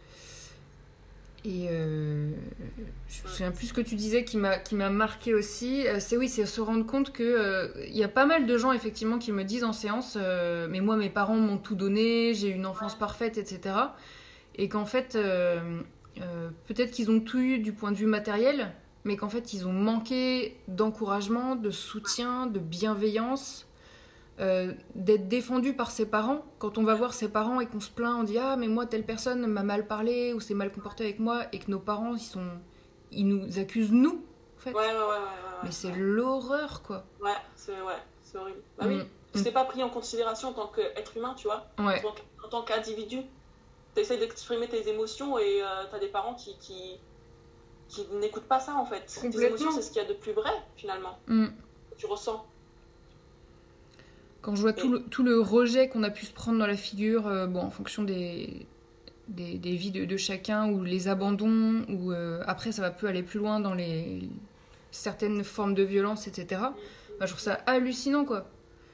et euh... je me souviens plus ce que tu disais qui m'a, qui m'a marqué aussi. Euh, c'est oui, c'est se rendre compte qu'il euh, y a pas mal de gens, effectivement, qui me disent en séance euh, « Mais moi, mes parents m'ont tout donné, j'ai une enfance parfaite, et cetera » Et qu'en fait, euh, euh, peut-être qu'ils ont tout eu du point de vue matériel, mais qu'en fait, ils ont manqué d'encouragement, de soutien, de bienveillance, euh, d'être défendu par ses parents. Quand on va voir ses parents et qu'on se plaint, on dit « Ah, mais moi, telle personne m'a mal parlé ou s'est mal comportée avec moi », et que nos parents, ils, sont... ils nous accusent, nous, en fait. Ouais, ouais, ouais, ouais, ouais. Mais c'est ouais. l'horreur, quoi. Ouais, c'est, ouais, c'est horrible. Bah oui, mmh. c'est pas pris en considération en tant qu'être humain, tu vois. Ouais. En, tant en tant qu'individu, t'essayes d'exprimer tes émotions et euh, t'as des parents qui... qui... qui n'écoutent pas ça en fait. Tes émotions, c'est ce qu'il y a de plus vrai finalement. Mm. Que tu ressens. Quand je vois Et... tout, le, tout le rejet qu'on a pu se prendre dans la figure, euh, bon, en fonction des, des, des vies de, de chacun, ou les abandons, ou euh, après ça va peu aller plus loin dans les certaines formes de violence, et cetera. Mm. Bah, je trouve ça hallucinant, quoi.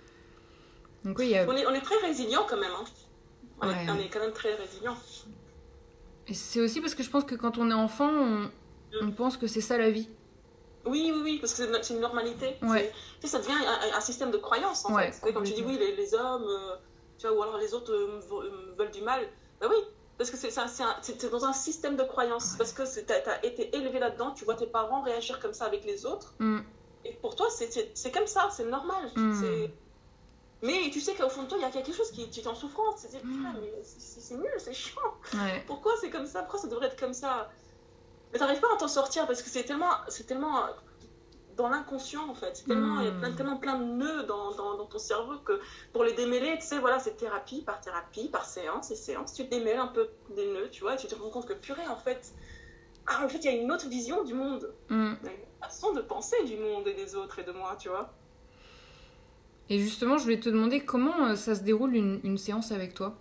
Donc, oui, y a... on, est, on est très résilient quand même. Hein. On, ouais. est, on est quand même très résilient. Et c'est aussi parce que je pense que quand on est enfant, on, on pense que c'est ça la vie. Oui, oui, oui, parce que c'est une normalité. Ouais. C'est, ça devient un, un système de croyance, en ouais, fait. Quand tu dis oui, les, les hommes, euh, tu vois, ou alors les autres euh, veulent du mal, ben oui, parce que c'est, c'est, un, c'est, un, c'est dans un système de croyance, ouais. parce que tu as été élevé là-dedans, tu vois tes parents réagir comme ça avec les autres, mm. et pour toi, c'est, c'est, c'est comme ça, c'est normal. Mm. C'est... Mais tu sais qu'au fond de toi, il y a quelque chose qui, qui est en souffrance. Tu te dis, putain, mais c'est, c'est, c'est nul, c'est chiant. Ouais. Pourquoi c'est comme ça? Pourquoi ça devrait être comme ça? Mais t'arrives pas à t'en sortir parce que c'est tellement, c'est tellement dans l'inconscient en fait. C'est tellement, mmh. il y a plein, tellement plein de nœuds dans, dans, dans ton cerveau que pour les démêler, tu sais, voilà, c'est thérapie par thérapie, par séance et séance. Tu démêles un peu des nœuds, tu vois, et tu te rends compte que purée, en fait, ah, en fait, il y a une autre vision du monde. Mmh. Il y a une façon de penser du monde et des autres et de moi, tu vois. Et justement, je voulais te demander comment ça se déroule une, une séance avec toi.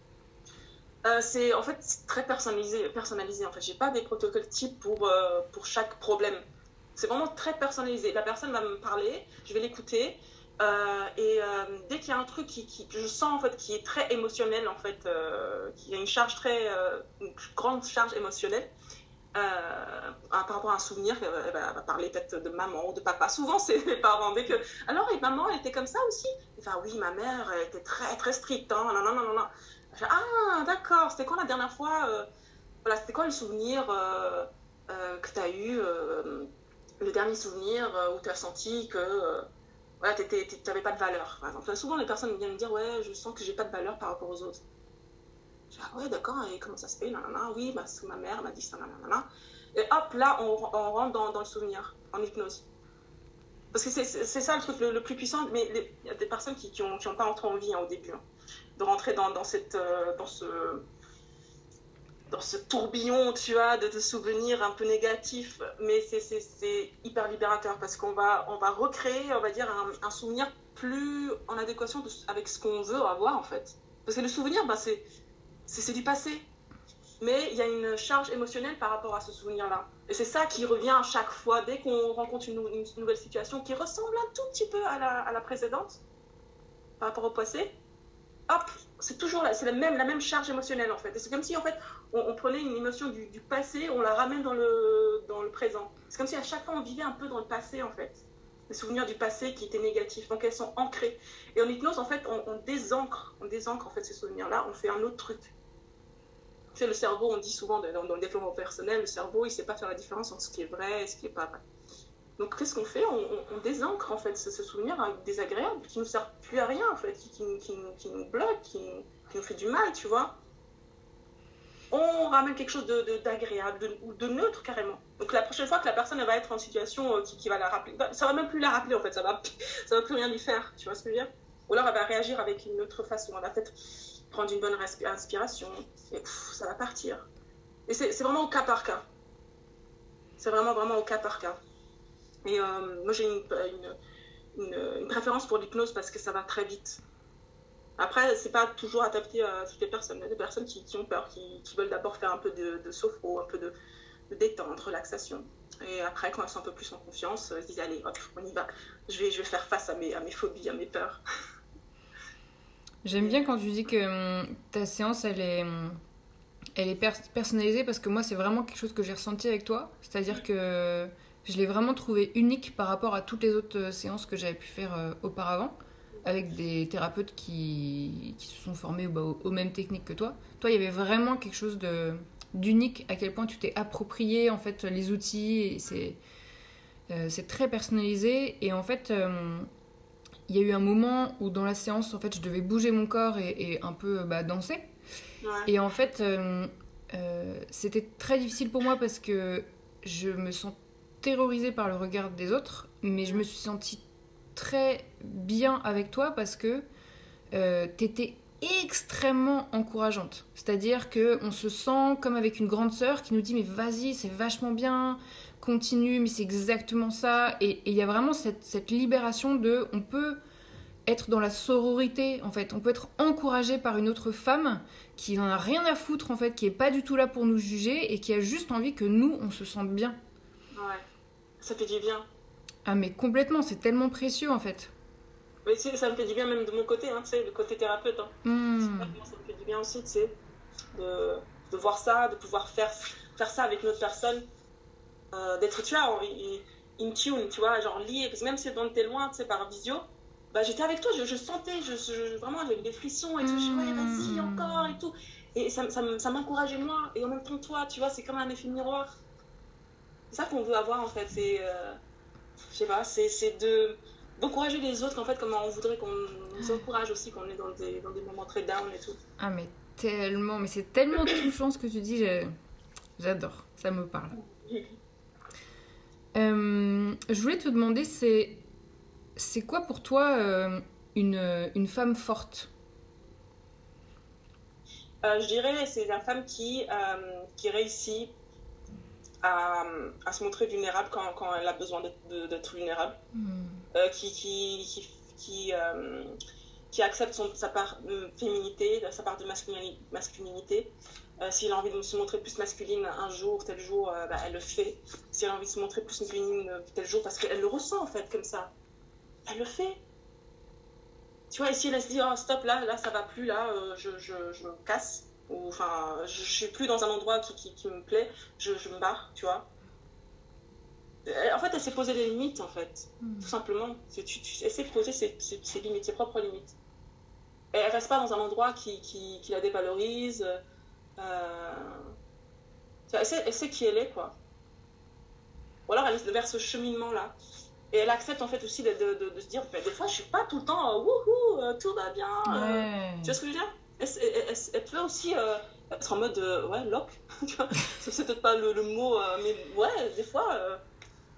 Euh, c'est en fait c'est très personnalisé, personnalisé en fait. J'ai pas des protocoles types pour, euh, pour chaque problème. C'est vraiment très personnalisé. La personne va me parler, je vais l'écouter euh, et euh, dès qu'il y a un truc qui, qui, que je sens en fait qui est très émotionnel en fait, euh, qui a une charge très euh, une grande charge émotionnelle euh, par rapport à un souvenir, elle va, elle va parler peut-être de maman ou de papa. Souvent c'est les parents. Dès que alors et maman elle était comme ça aussi. Enfin oui ma mère elle était très très stricte. Hein, non non non non non. Ah, d'accord, c'était quand la dernière fois euh, voilà, c'était quoi le souvenir euh, euh, que tu as eu, euh, le dernier souvenir euh, où tu as senti que euh, voilà, tu n'avais pas de valeur, par exemple. Souvent, les personnes viennent me dire, ouais, je sens que j'ai pas de valeur par rapport aux autres. Je dis, ah ouais, d'accord, et comment ça se fait? Nanana, oui, bah, ma mère m'a dit ça, nanana. Et hop, là, on, on rentre dans, dans le souvenir, en hypnose. Parce que c'est, c'est, c'est ça le truc le, le plus puissant, mais il y a des personnes qui n'ont qui ont pas envie hein, au début, hein, de rentrer dans, dans, cette, euh, dans, ce, dans ce tourbillon, tu vois, de, de souvenirs un peu négatifs, mais c'est, c'est, c'est hyper libérateur, parce qu'on va, on va recréer, on va dire, un, un souvenir plus en adéquation de, avec ce qu'on veut avoir, en fait. Parce que le souvenir, bah, c'est, c'est, c'est du passé. Mais il y a une charge émotionnelle par rapport à ce souvenir-là. Et c'est ça qui revient à chaque fois, dès qu'on rencontre une, une nouvelle situation qui ressemble un tout petit peu à la, à la précédente, par rapport au passé. Hop, c'est toujours la, c'est la, même, la même charge émotionnelle, en fait. Et c'est comme si, en fait, on, on prenait une émotion du, du passé, on la ramène dans le, dans le présent. C'est comme si à chaque fois, on vivait un peu dans le passé, en fait. Les souvenirs du passé qui étaient négatifs. Donc, elles sont ancrées. Et en hypnose, en fait, on, on désancre, on désancre, en fait, ces souvenirs-là. On fait un autre truc. Tu sais, le cerveau, on dit souvent dans, dans le développement personnel, le cerveau, il ne sait pas faire la différence entre ce qui est vrai et ce qui n'est pas vrai. Donc, qu'est-ce qu'on fait? on, on, on désancre, en fait, ce, ce souvenir désagréable qui ne nous sert plus à rien, en fait, qui, qui, qui, qui nous bloque, qui, qui nous fait du mal, tu vois. On ramène quelque chose de, de, d'agréable, de, ou de neutre, carrément. Donc, la prochaine fois que la personne elle va être en situation euh, qui, qui va la rappeler, ça ne va même plus la rappeler, en fait, ça ne va, ça va plus rien lui faire, tu vois ce que je veux dire? Ou alors, elle va réagir avec une autre façon, elle va peut-être prendre une bonne respiration, et pff, ça va partir. Et c'est, c'est vraiment au cas par cas. C'est vraiment, vraiment au cas par cas. Et euh, moi, j'ai une, une, une, une préférence pour l'hypnose parce que ça va très vite. Après, c'est pas toujours adapté à toutes les personnes. Il y a des personnes qui, qui ont peur, qui, qui veulent d'abord faire un peu de, de sophro, un peu de, de détente, de relaxation. Et après, quand elles sont un peu plus en confiance, elles se disent, allez, hop, on y va. Je vais, je vais faire face à mes, à mes phobies, à mes peurs. J'aime bien quand tu dis que hum, ta séance, elle est, hum, elle est pers- personnalisée parce que moi, c'est vraiment quelque chose que j'ai ressenti avec toi. C'est-à-dire que je l'ai vraiment trouvé unique par rapport à toutes les autres euh, séances que j'avais pu faire euh, auparavant avec des thérapeutes qui, qui se sont formés bah, aux, aux mêmes techniques que toi. Toi, il y avait vraiment quelque chose de, d'unique, à quel point tu t'es approprié en fait, les outils. Et c'est, euh, c'est très personnalisé. Et en fait... Euh, il y a eu un moment où dans la séance, en fait, je devais bouger mon corps et, et un peu bah, danser. Ouais. Et en fait, euh, euh, c'était très difficile pour moi parce que je me sens terrorisée par le regard des autres, mais je me suis sentie très bien avec toi parce que euh, t'étais extrêmement encourageante. C'est-à-dire qu'on se sent comme avec une grande sœur qui nous dit « mais vas-y, c'est vachement bien ». Continue, mais c'est exactement ça. Et il y a vraiment cette, cette libération de... On peut être dans la sororité, en fait. On peut être encouragé par une autre femme qui n'en a rien à foutre, en fait, qui n'est pas du tout là pour nous juger et qui a juste envie que nous, on se sente bien. Ouais, ça fait du bien. Ah, mais complètement, c'est tellement précieux, en fait. Mais tu sais, ça me fait du bien même de mon côté, hein, tu sais, le côté thérapeute. Hein. Mmh. Ça me fait du bien aussi, tu sais, de, de voir ça, de pouvoir faire, faire ça avec une autre personne. Euh, d'être, tu vois, in, in tune, tu vois, genre lié, parce que même si on était loin, tu sais, par visio, bah j'étais avec toi, je, je sentais, je, je, vraiment j'avais des frissons et tout, je suis ouais, vas-y, encore et tout, et ça, ça, ça m'encourageait moi, et en même temps toi, tu vois, c'est comme un effet miroir. C'est ça qu'on veut avoir en fait, c'est, euh, je sais pas, c'est, c'est de, d'encourager les autres en fait, comme on voudrait qu'on nous encourage aussi, qu'on est dans des, dans des moments très down et tout. Ah, mais tellement, mais c'est tellement touchant ce que tu dis, je, j'adore, ça me parle. Euh, je voulais te demander, c'est, c'est quoi pour toi euh, une, une femme forte? euh, Je dirais c'est la femme qui, euh, qui réussit à, à se montrer vulnérable quand, quand elle a besoin d'être, de, d'être vulnérable, mm. euh, qui, qui, qui, qui, euh, qui accepte son, sa part de féminité, sa part de masculinité, masculinité. Euh, si elle a envie de se montrer plus masculine un jour, tel jour, euh, bah, elle le fait. Si elle a envie de se montrer plus féminine tel jour, parce qu'elle le ressent en fait comme ça, elle le fait. Tu vois, et si elle se dit oh stop là, là ça va plus, là euh, je, je, je me casse, ou enfin je, je suis plus dans un endroit qui, qui, qui me plaît, je, je me barre, tu vois. Elle, en fait, elle s'est posé des limites en fait, mm. tout simplement. C'est, tu, tu, elle s'est posé ses, ses, ses limites, ses propres limites. Et elle reste pas dans un endroit qui, qui, qui la dévalorise. Euh... Elle, sait, elle sait qui elle est, quoi. Ou alors elle est vers ce cheminement-là. Et elle accepte en fait aussi de, de, de, de se dire bah, des fois je suis pas tout le temps euh, wouhou, euh, tout va bien. Euh... Ouais. Tu vois ce que je veux dire? Elle, elle, elle, elle peut aussi euh, être en mode euh, ouais, lock. C'est peut-être pas le, le mot, euh, mais ouais, des fois, euh,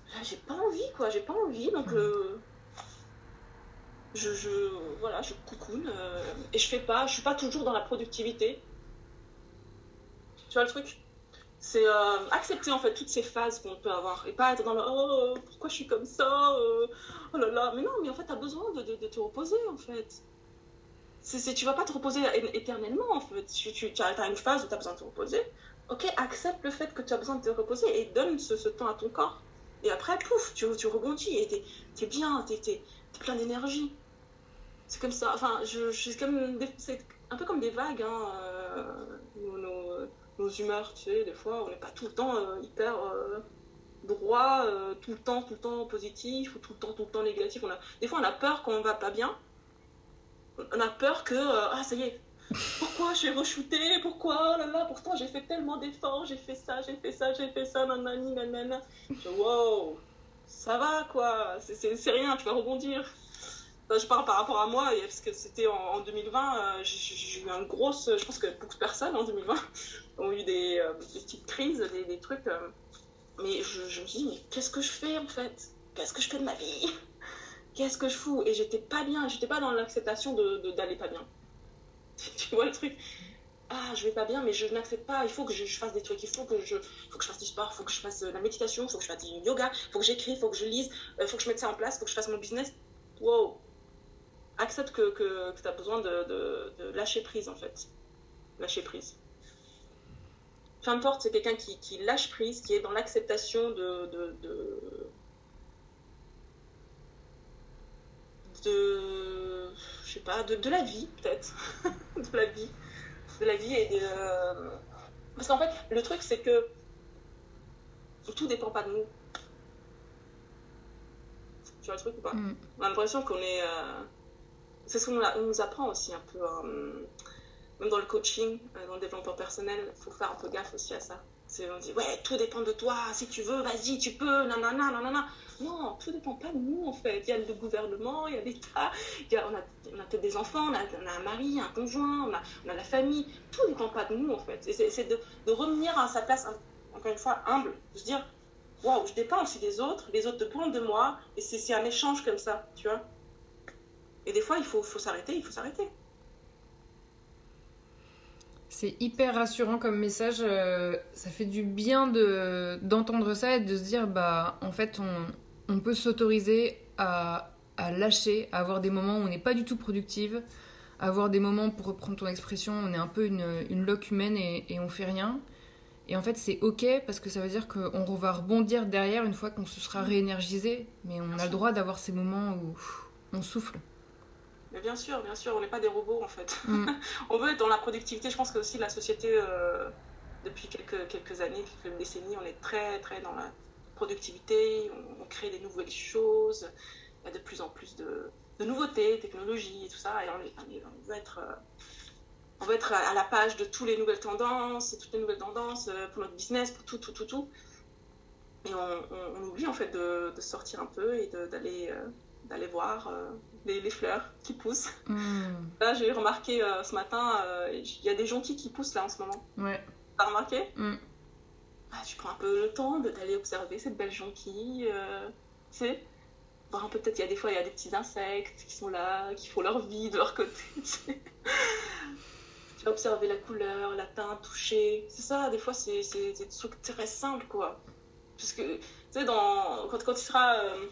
là, j'ai pas envie, quoi, j'ai pas envie, donc euh, je, je, voilà, je coucoune, euh, et je fais pas, je suis pas toujours dans la productivité. Tu vois le truc? C'est euh, accepter en fait toutes ces phases qu'on peut avoir et pas être dans le oh pourquoi je suis comme ça euh, oh là là mais non mais en fait t'as besoin de, de, de te reposer en fait c'est, c'est, tu vas pas te reposer éternellement en fait tu, tu as une phase où t'as besoin de te reposer ok accepte le fait que tu as besoin de te reposer et donne ce, ce temps à ton corps et après pouf tu, tu rebondis et t'es, t'es bien t'es, t'es, t'es plein d'énergie c'est comme ça enfin je, je, c'est, comme des, c'est un peu comme des vagues hein, euh, nos, nos nos humeurs, tu sais, des fois, on n'est pas tout le temps euh, hyper euh, droit, euh, tout le temps, tout le temps positif, ou tout le temps, tout le temps négatif. On a... Des fois, on a peur quand on va pas bien. On a peur que, euh, ah, ça y est, pourquoi je suis re-shootée, pourquoi, oh là là, pourtant j'ai fait tellement d'efforts, j'ai fait ça, j'ai fait ça, j'ai fait ça, nanani, nanana. Je wow, ça va, quoi, c'est, c'est, c'est rien, tu vas rebondir. Je parle par rapport à moi, parce que c'était en, en deux mille vingt, euh, j'ai, j'ai eu une grosse, je pense que beaucoup de personnes en deux mille vingt ont eu des, euh, des petites crises, des, des trucs. Euh, mais je, je me dis, mais qu'est-ce que je fais en fait? Qu'est-ce que je fais de ma vie? Qu'est-ce que je fous? Et j'étais pas bien, j'étais pas dans l'acceptation de, de, d'aller pas bien. Tu vois le truc? Ah, je vais pas bien, mais je n'accepte pas, il faut que je, je fasse des trucs, il faut que je, faut que je fasse du sport, il faut que je fasse de la méditation, il faut que je fasse du yoga, il faut que j'écris, il faut que je lise, il euh, faut que je mette ça en place, il faut que je fasse mon business. Wow! Accepte que, que, que tu as besoin de, de, de lâcher prise en fait. Lâcher prise. Peu importe, c'est quelqu'un qui, qui lâche prise, qui est dans l'acceptation de, de, de, de je sais pas, de, de la vie peut-être. de la vie. De la vie et de... Parce qu'en fait, le truc c'est que tout dépend pas de nous. Tu vois le truc ou pas? mm. On a l'impression qu'on est... Euh... C'est ce qu'on nous apprend aussi un peu, euh, même dans le coaching, euh, dans le développement personnel, il faut faire un peu gaffe aussi à ça. C'est, on dit, ouais, tout dépend de toi, si tu veux, vas-y, tu peux, nanana, nanana. Non, tout dépend pas de nous, en fait. Il y a le gouvernement, il y a l'État, il y a, on, a, on a peut-être des enfants, on a, on a un mari, un conjoint, on a, on a la famille. Tout dépend pas de nous, en fait. Et c'est, c'est de, de revenir à sa place, encore une fois, humble, de se dire, waouh, je dépends aussi des autres, les autres dépendent de moi, et c'est, c'est un échange comme ça, tu vois. Et des fois, il faut, faut s'arrêter, il faut s'arrêter. C'est hyper rassurant comme message. Euh, ça fait du bien de, d'entendre ça et de se dire, bah, en fait, on, on peut s'autoriser à, à lâcher, à avoir des moments où on n'est pas du tout productive, à avoir des moments, pour reprendre ton expression, on est un peu une, une loque humaine et, et on fait rien. Et en fait, c'est ok parce que ça veut dire qu'on va rebondir derrière une fois qu'on se sera réénergisé. Mais on a le droit d'avoir ces moments où on souffle. Mais bien sûr, bien sûr, on n'est pas des robots en fait. Mm. On veut être dans la productivité. Je pense que aussi la société, euh, depuis quelques, quelques années, quelques décennies, on est très très dans la productivité. On, on crée des nouvelles choses. Il y a de plus en plus de, de nouveautés, technologies et tout ça. Et on, est, on, est, on veut être, euh, on veut être à la page de toutes les nouvelles tendances, toutes les nouvelles tendances pour notre business, pour tout, tout, tout, tout. Et on, on, on oublie en fait de, de sortir un peu et de, d'aller, euh, d'aller voir. Euh, Les, les fleurs qui poussent. Mmh. Là, j'ai remarqué euh, ce matin, il euh, y a des jonquilles qui poussent là en ce moment. Ouais. T'as remarqué? Mmh. Ah, tu prends un peu le temps de, d'aller observer cette belle jonquille. Euh, tu sais, voir un peu, peut-être, il y a des fois, il y a des petits insectes qui sont là, qui font leur vie de leur côté. Tu sais. Tu vas observer la couleur, la teinte, toucher. C'est ça, des fois, c'est, c'est, c'est des trucs très simples, quoi. Parce que, tu sais, dans, quand, quand tu seras... Euh,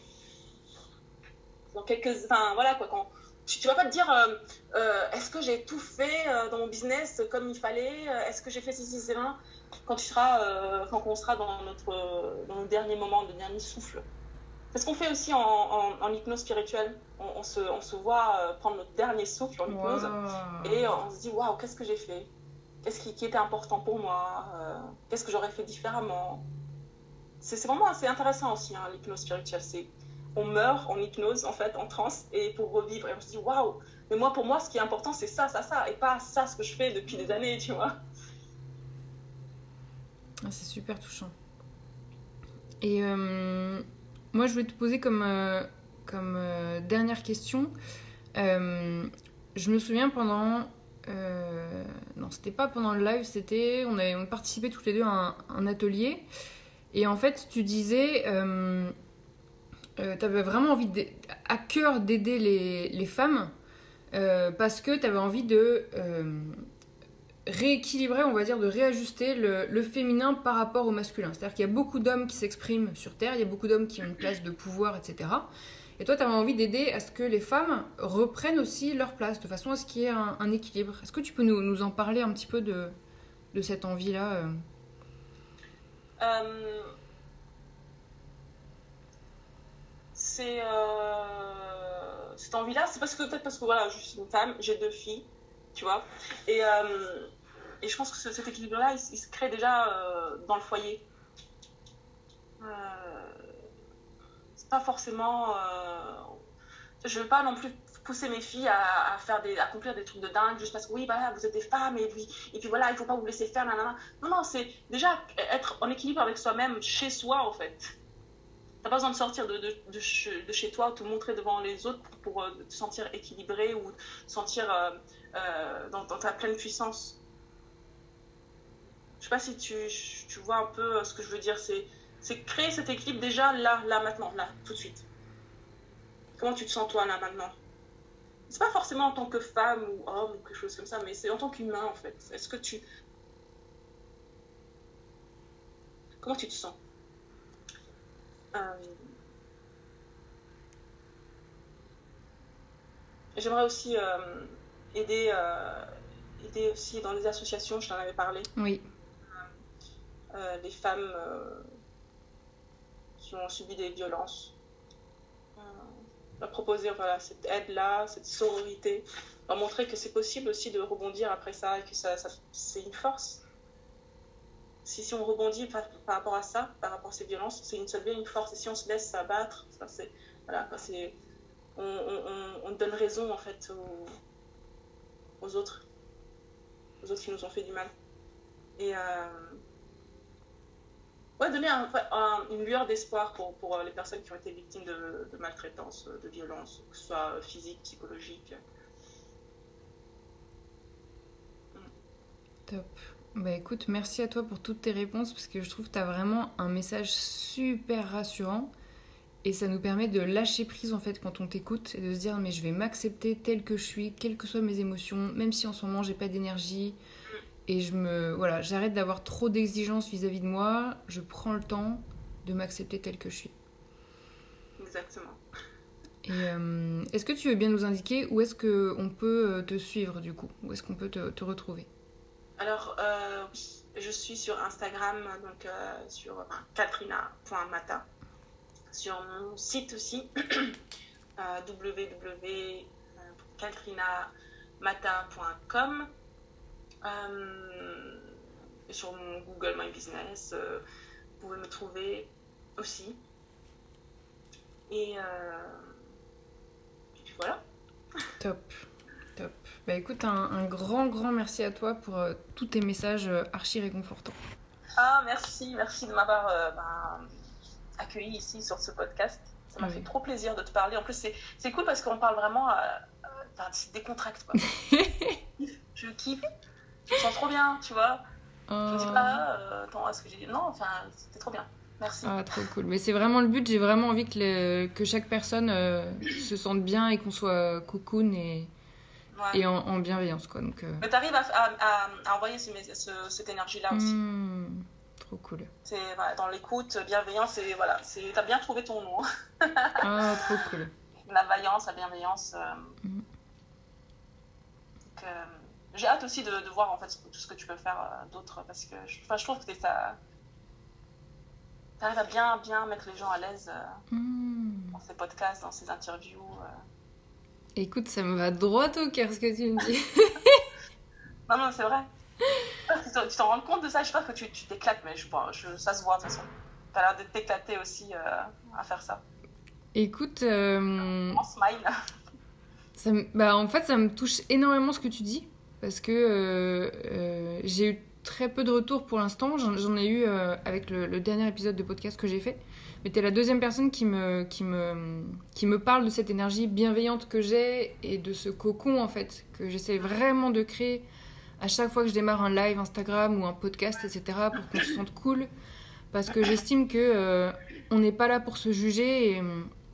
dans quelques... Enfin, voilà, quoi, quand... Tu, tu vas pas te dire, euh, euh, est-ce que j'ai tout fait euh, dans mon business comme il fallait? Est-ce que j'ai fait ceci, cela? Quand tu seras... Euh, quand on sera dans notre, euh, dans notre dernier moment, notre dernier souffle. C'est ce qu'on fait aussi en, en, en hypnose spirituelle. On, on, se, on se voit euh, prendre notre dernier souffle en hypnose. Wow. Et on se dit, waouh, qu'est-ce que j'ai fait? Qu'est-ce qui, qui était important pour moi? euh, Qu'est-ce que j'aurais fait différemment? C'est, c'est vraiment assez intéressant aussi, hein, l'hypnose spirituelle. C'est... On meurt en hypnose, en fait, en transe, et pour revivre. Et on se dit, waouh, mais moi, pour moi, ce qui est important, c'est ça, ça, ça, et pas ça, ce que je fais depuis des années, tu vois. Ah, c'est super touchant. Et euh, moi, je voulais te poser comme, euh, comme euh, dernière question. Euh, je me souviens pendant... Euh, non, c'était pas pendant le live, c'était... On avait participé toutes les deux à un, un atelier. Et en fait, tu disais... Euh, euh, tu avais vraiment envie de, à cœur d'aider les, les femmes euh, parce que tu avais envie de euh, rééquilibrer, on va dire, de réajuster le, le féminin par rapport au masculin. C'est-à-dire qu'il y a beaucoup d'hommes qui s'expriment sur Terre, il y a beaucoup d'hommes qui ont une place de pouvoir, et cetera. Et toi, tu avais envie d'aider à ce que les femmes reprennent aussi leur place, de façon à ce qu'il y ait un, un équilibre. Est-ce que tu peux nous, nous en parler un petit peu de, de cette envie-là euh... Euh, c'est euh, cette envie-là, c'est parce que peut-être parce que voilà, je suis une femme, j'ai deux filles, tu vois, et euh, et je pense que ce, cet équilibre-là, il, il se crée déjà euh, dans le foyer. Euh, c'est pas forcément, euh, je veux pas non plus pousser mes filles à, à faire des, à accomplir des trucs de dingue juste parce que oui, bah, vous êtes des femmes et puis, et puis voilà, il faut pas vous laisser faire, nanana. Non, non, c'est déjà être en équilibre avec soi-même, chez soi en fait. T'as pas besoin de sortir de, de, de, che, de chez toi, te montrer devant les autres pour, pour euh, te sentir équilibré ou te sentir euh, euh, dans, dans ta pleine puissance. Je sais pas si tu, tu vois un peu ce que je veux dire, c'est, c'est créer cet équilibre déjà là, là, maintenant, là, tout de suite. Comment tu te sens toi là, maintenant? C'est pas forcément en tant que femme ou homme ou quelque chose comme ça, mais c'est en tant qu'humain en fait. Est-ce que tu... Comment tu te sens? euh... J'aimerais aussi euh, aider, euh, aider aussi dans les associations, je t'en avais parlé. Oui. Euh, les femmes euh, qui ont subi des violences. Leur proposer voilà, cette aide-là, cette sororité, leur montrer que c'est possible aussi de rebondir après ça et que ça, ça, c'est une force. Si, si on rebondit par, par rapport à ça, par rapport à ces violences, c'est une, ça devient une force. Et si on se laisse abattre, ça, c'est, voilà, c'est, on, on, on donne raison en fait aux, aux autres, aux autres qui nous ont fait du mal. Et euh, ouais, donner un, un, une lueur d'espoir pour, pour les personnes qui ont été victimes de, de maltraitance, de violence, que ce soit physique, psychologique. Top. Bah écoute, merci à toi pour toutes tes réponses parce que je trouve que tu as vraiment un message super rassurant et ça nous permet de lâcher prise en fait quand on t'écoute et de se dire mais je vais m'accepter telle que je suis, quelles que soient mes émotions, même si en ce moment j'ai pas d'énergie. Et je me, voilà, j'arrête d'avoir trop d'exigences vis-à-vis de moi. Je prends le temps de m'accepter telle que je suis. Exactement. Et euh, est-ce que tu veux bien nous indiquer où est-ce qu'on peut te suivre du coup? Où est-ce qu'on peut te, te retrouver? Alors, euh, oui, je suis sur Instagram, donc euh, sur katrina point mata. Sur mon site aussi, euh, w w w point katrina mata point com. Euh, sur mon Google My Business, euh, vous pouvez me trouver aussi. Et, euh, et puis voilà. Top, top. Bah écoute, un, un grand, grand merci à toi pour euh, tous tes messages euh, archi réconfortants. Ah, merci, merci de m'avoir euh, bah, accueilli ici sur ce podcast. Ça m'a oui. fait trop plaisir de te parler. En plus, c'est, c'est cool parce qu'on parle vraiment, euh, euh, c'est décontracte, quoi. Je kiffe. Je me sens trop bien, tu vois. Oh. Je me dis pas, euh, attends, est-ce que j'ai dit non, enfin, c'était trop bien. Merci. Ah, trop cool. Mais c'est vraiment le but. J'ai vraiment envie que, le, que chaque personne euh, se sente bien et qu'on soit cocoon et, ouais. et en, en bienveillance, quoi. Donc, euh... Mais t'arrives à, à, à envoyer ce, ce, cette énergie-là aussi. Mmh, trop cool. C'est voilà, dans l'écoute, bienveillance, et voilà, c'est, t'as bien trouvé ton nom. Ah, trop cool. La vaillance, la bienveillance. Euh... Mmh. Donc, euh... j'ai hâte aussi de, de voir en fait tout ce que tu peux faire euh, d'autre parce que je, je trouve que tu arrives à bien, bien mettre les gens à l'aise euh, mmh. dans ces podcasts, dans ces interviews. Euh. Écoute, ça me va droit au cœur ce que tu me dis. Non, non, c'est vrai. Tu t'en rends compte de ça? Je sais pas que tu, tu t'éclates, mais je, je, ça se voit de toute façon. Tu as l'air de t'éclater aussi euh, à faire ça. Écoute. Euh... En smile. Ça me, bah, en fait, ça me touche énormément ce que tu dis. Parce que euh, euh, j'ai eu très peu de retours pour l'instant. J'en, j'en ai eu euh, avec le, le dernier épisode de podcast que j'ai fait. Mais t'es la deuxième personne qui me, qui, me, qui me parle de cette énergie bienveillante que j'ai et de ce cocon, en fait, que j'essaie vraiment de créer à chaque fois que je démarre un live Instagram ou un podcast, et cetera, pour qu'on se sente cool. Parce que j'estime que euh, on n'est pas là pour se juger et,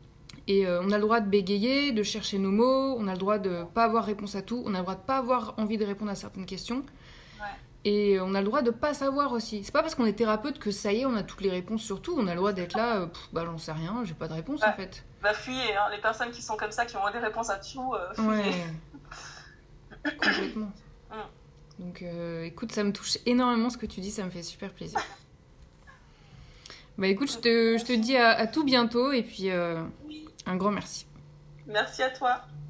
Et euh, on a le droit de bégayer, de chercher nos mots, on a le droit de pas avoir réponse à tout, on a le droit de pas avoir envie de répondre à certaines questions. Ouais. Et on a le droit de pas savoir aussi. C'est pas parce qu'on est thérapeute que ça y est, on a toutes les réponses sur tout. On a le droit d'être là, euh, pff, bah j'en sais rien, j'ai pas de réponse Ouais. en fait. Bah fuyez, hein. Les personnes qui sont comme ça, qui ont des réponses à tout, euh, fuyez. Ouais, complètement. Mm. Donc euh, écoute, ça me touche énormément ce que tu dis, ça me fait super plaisir. Bah écoute, je te, je te dis à, à tout bientôt et puis euh, Oui. un grand merci. Merci à toi.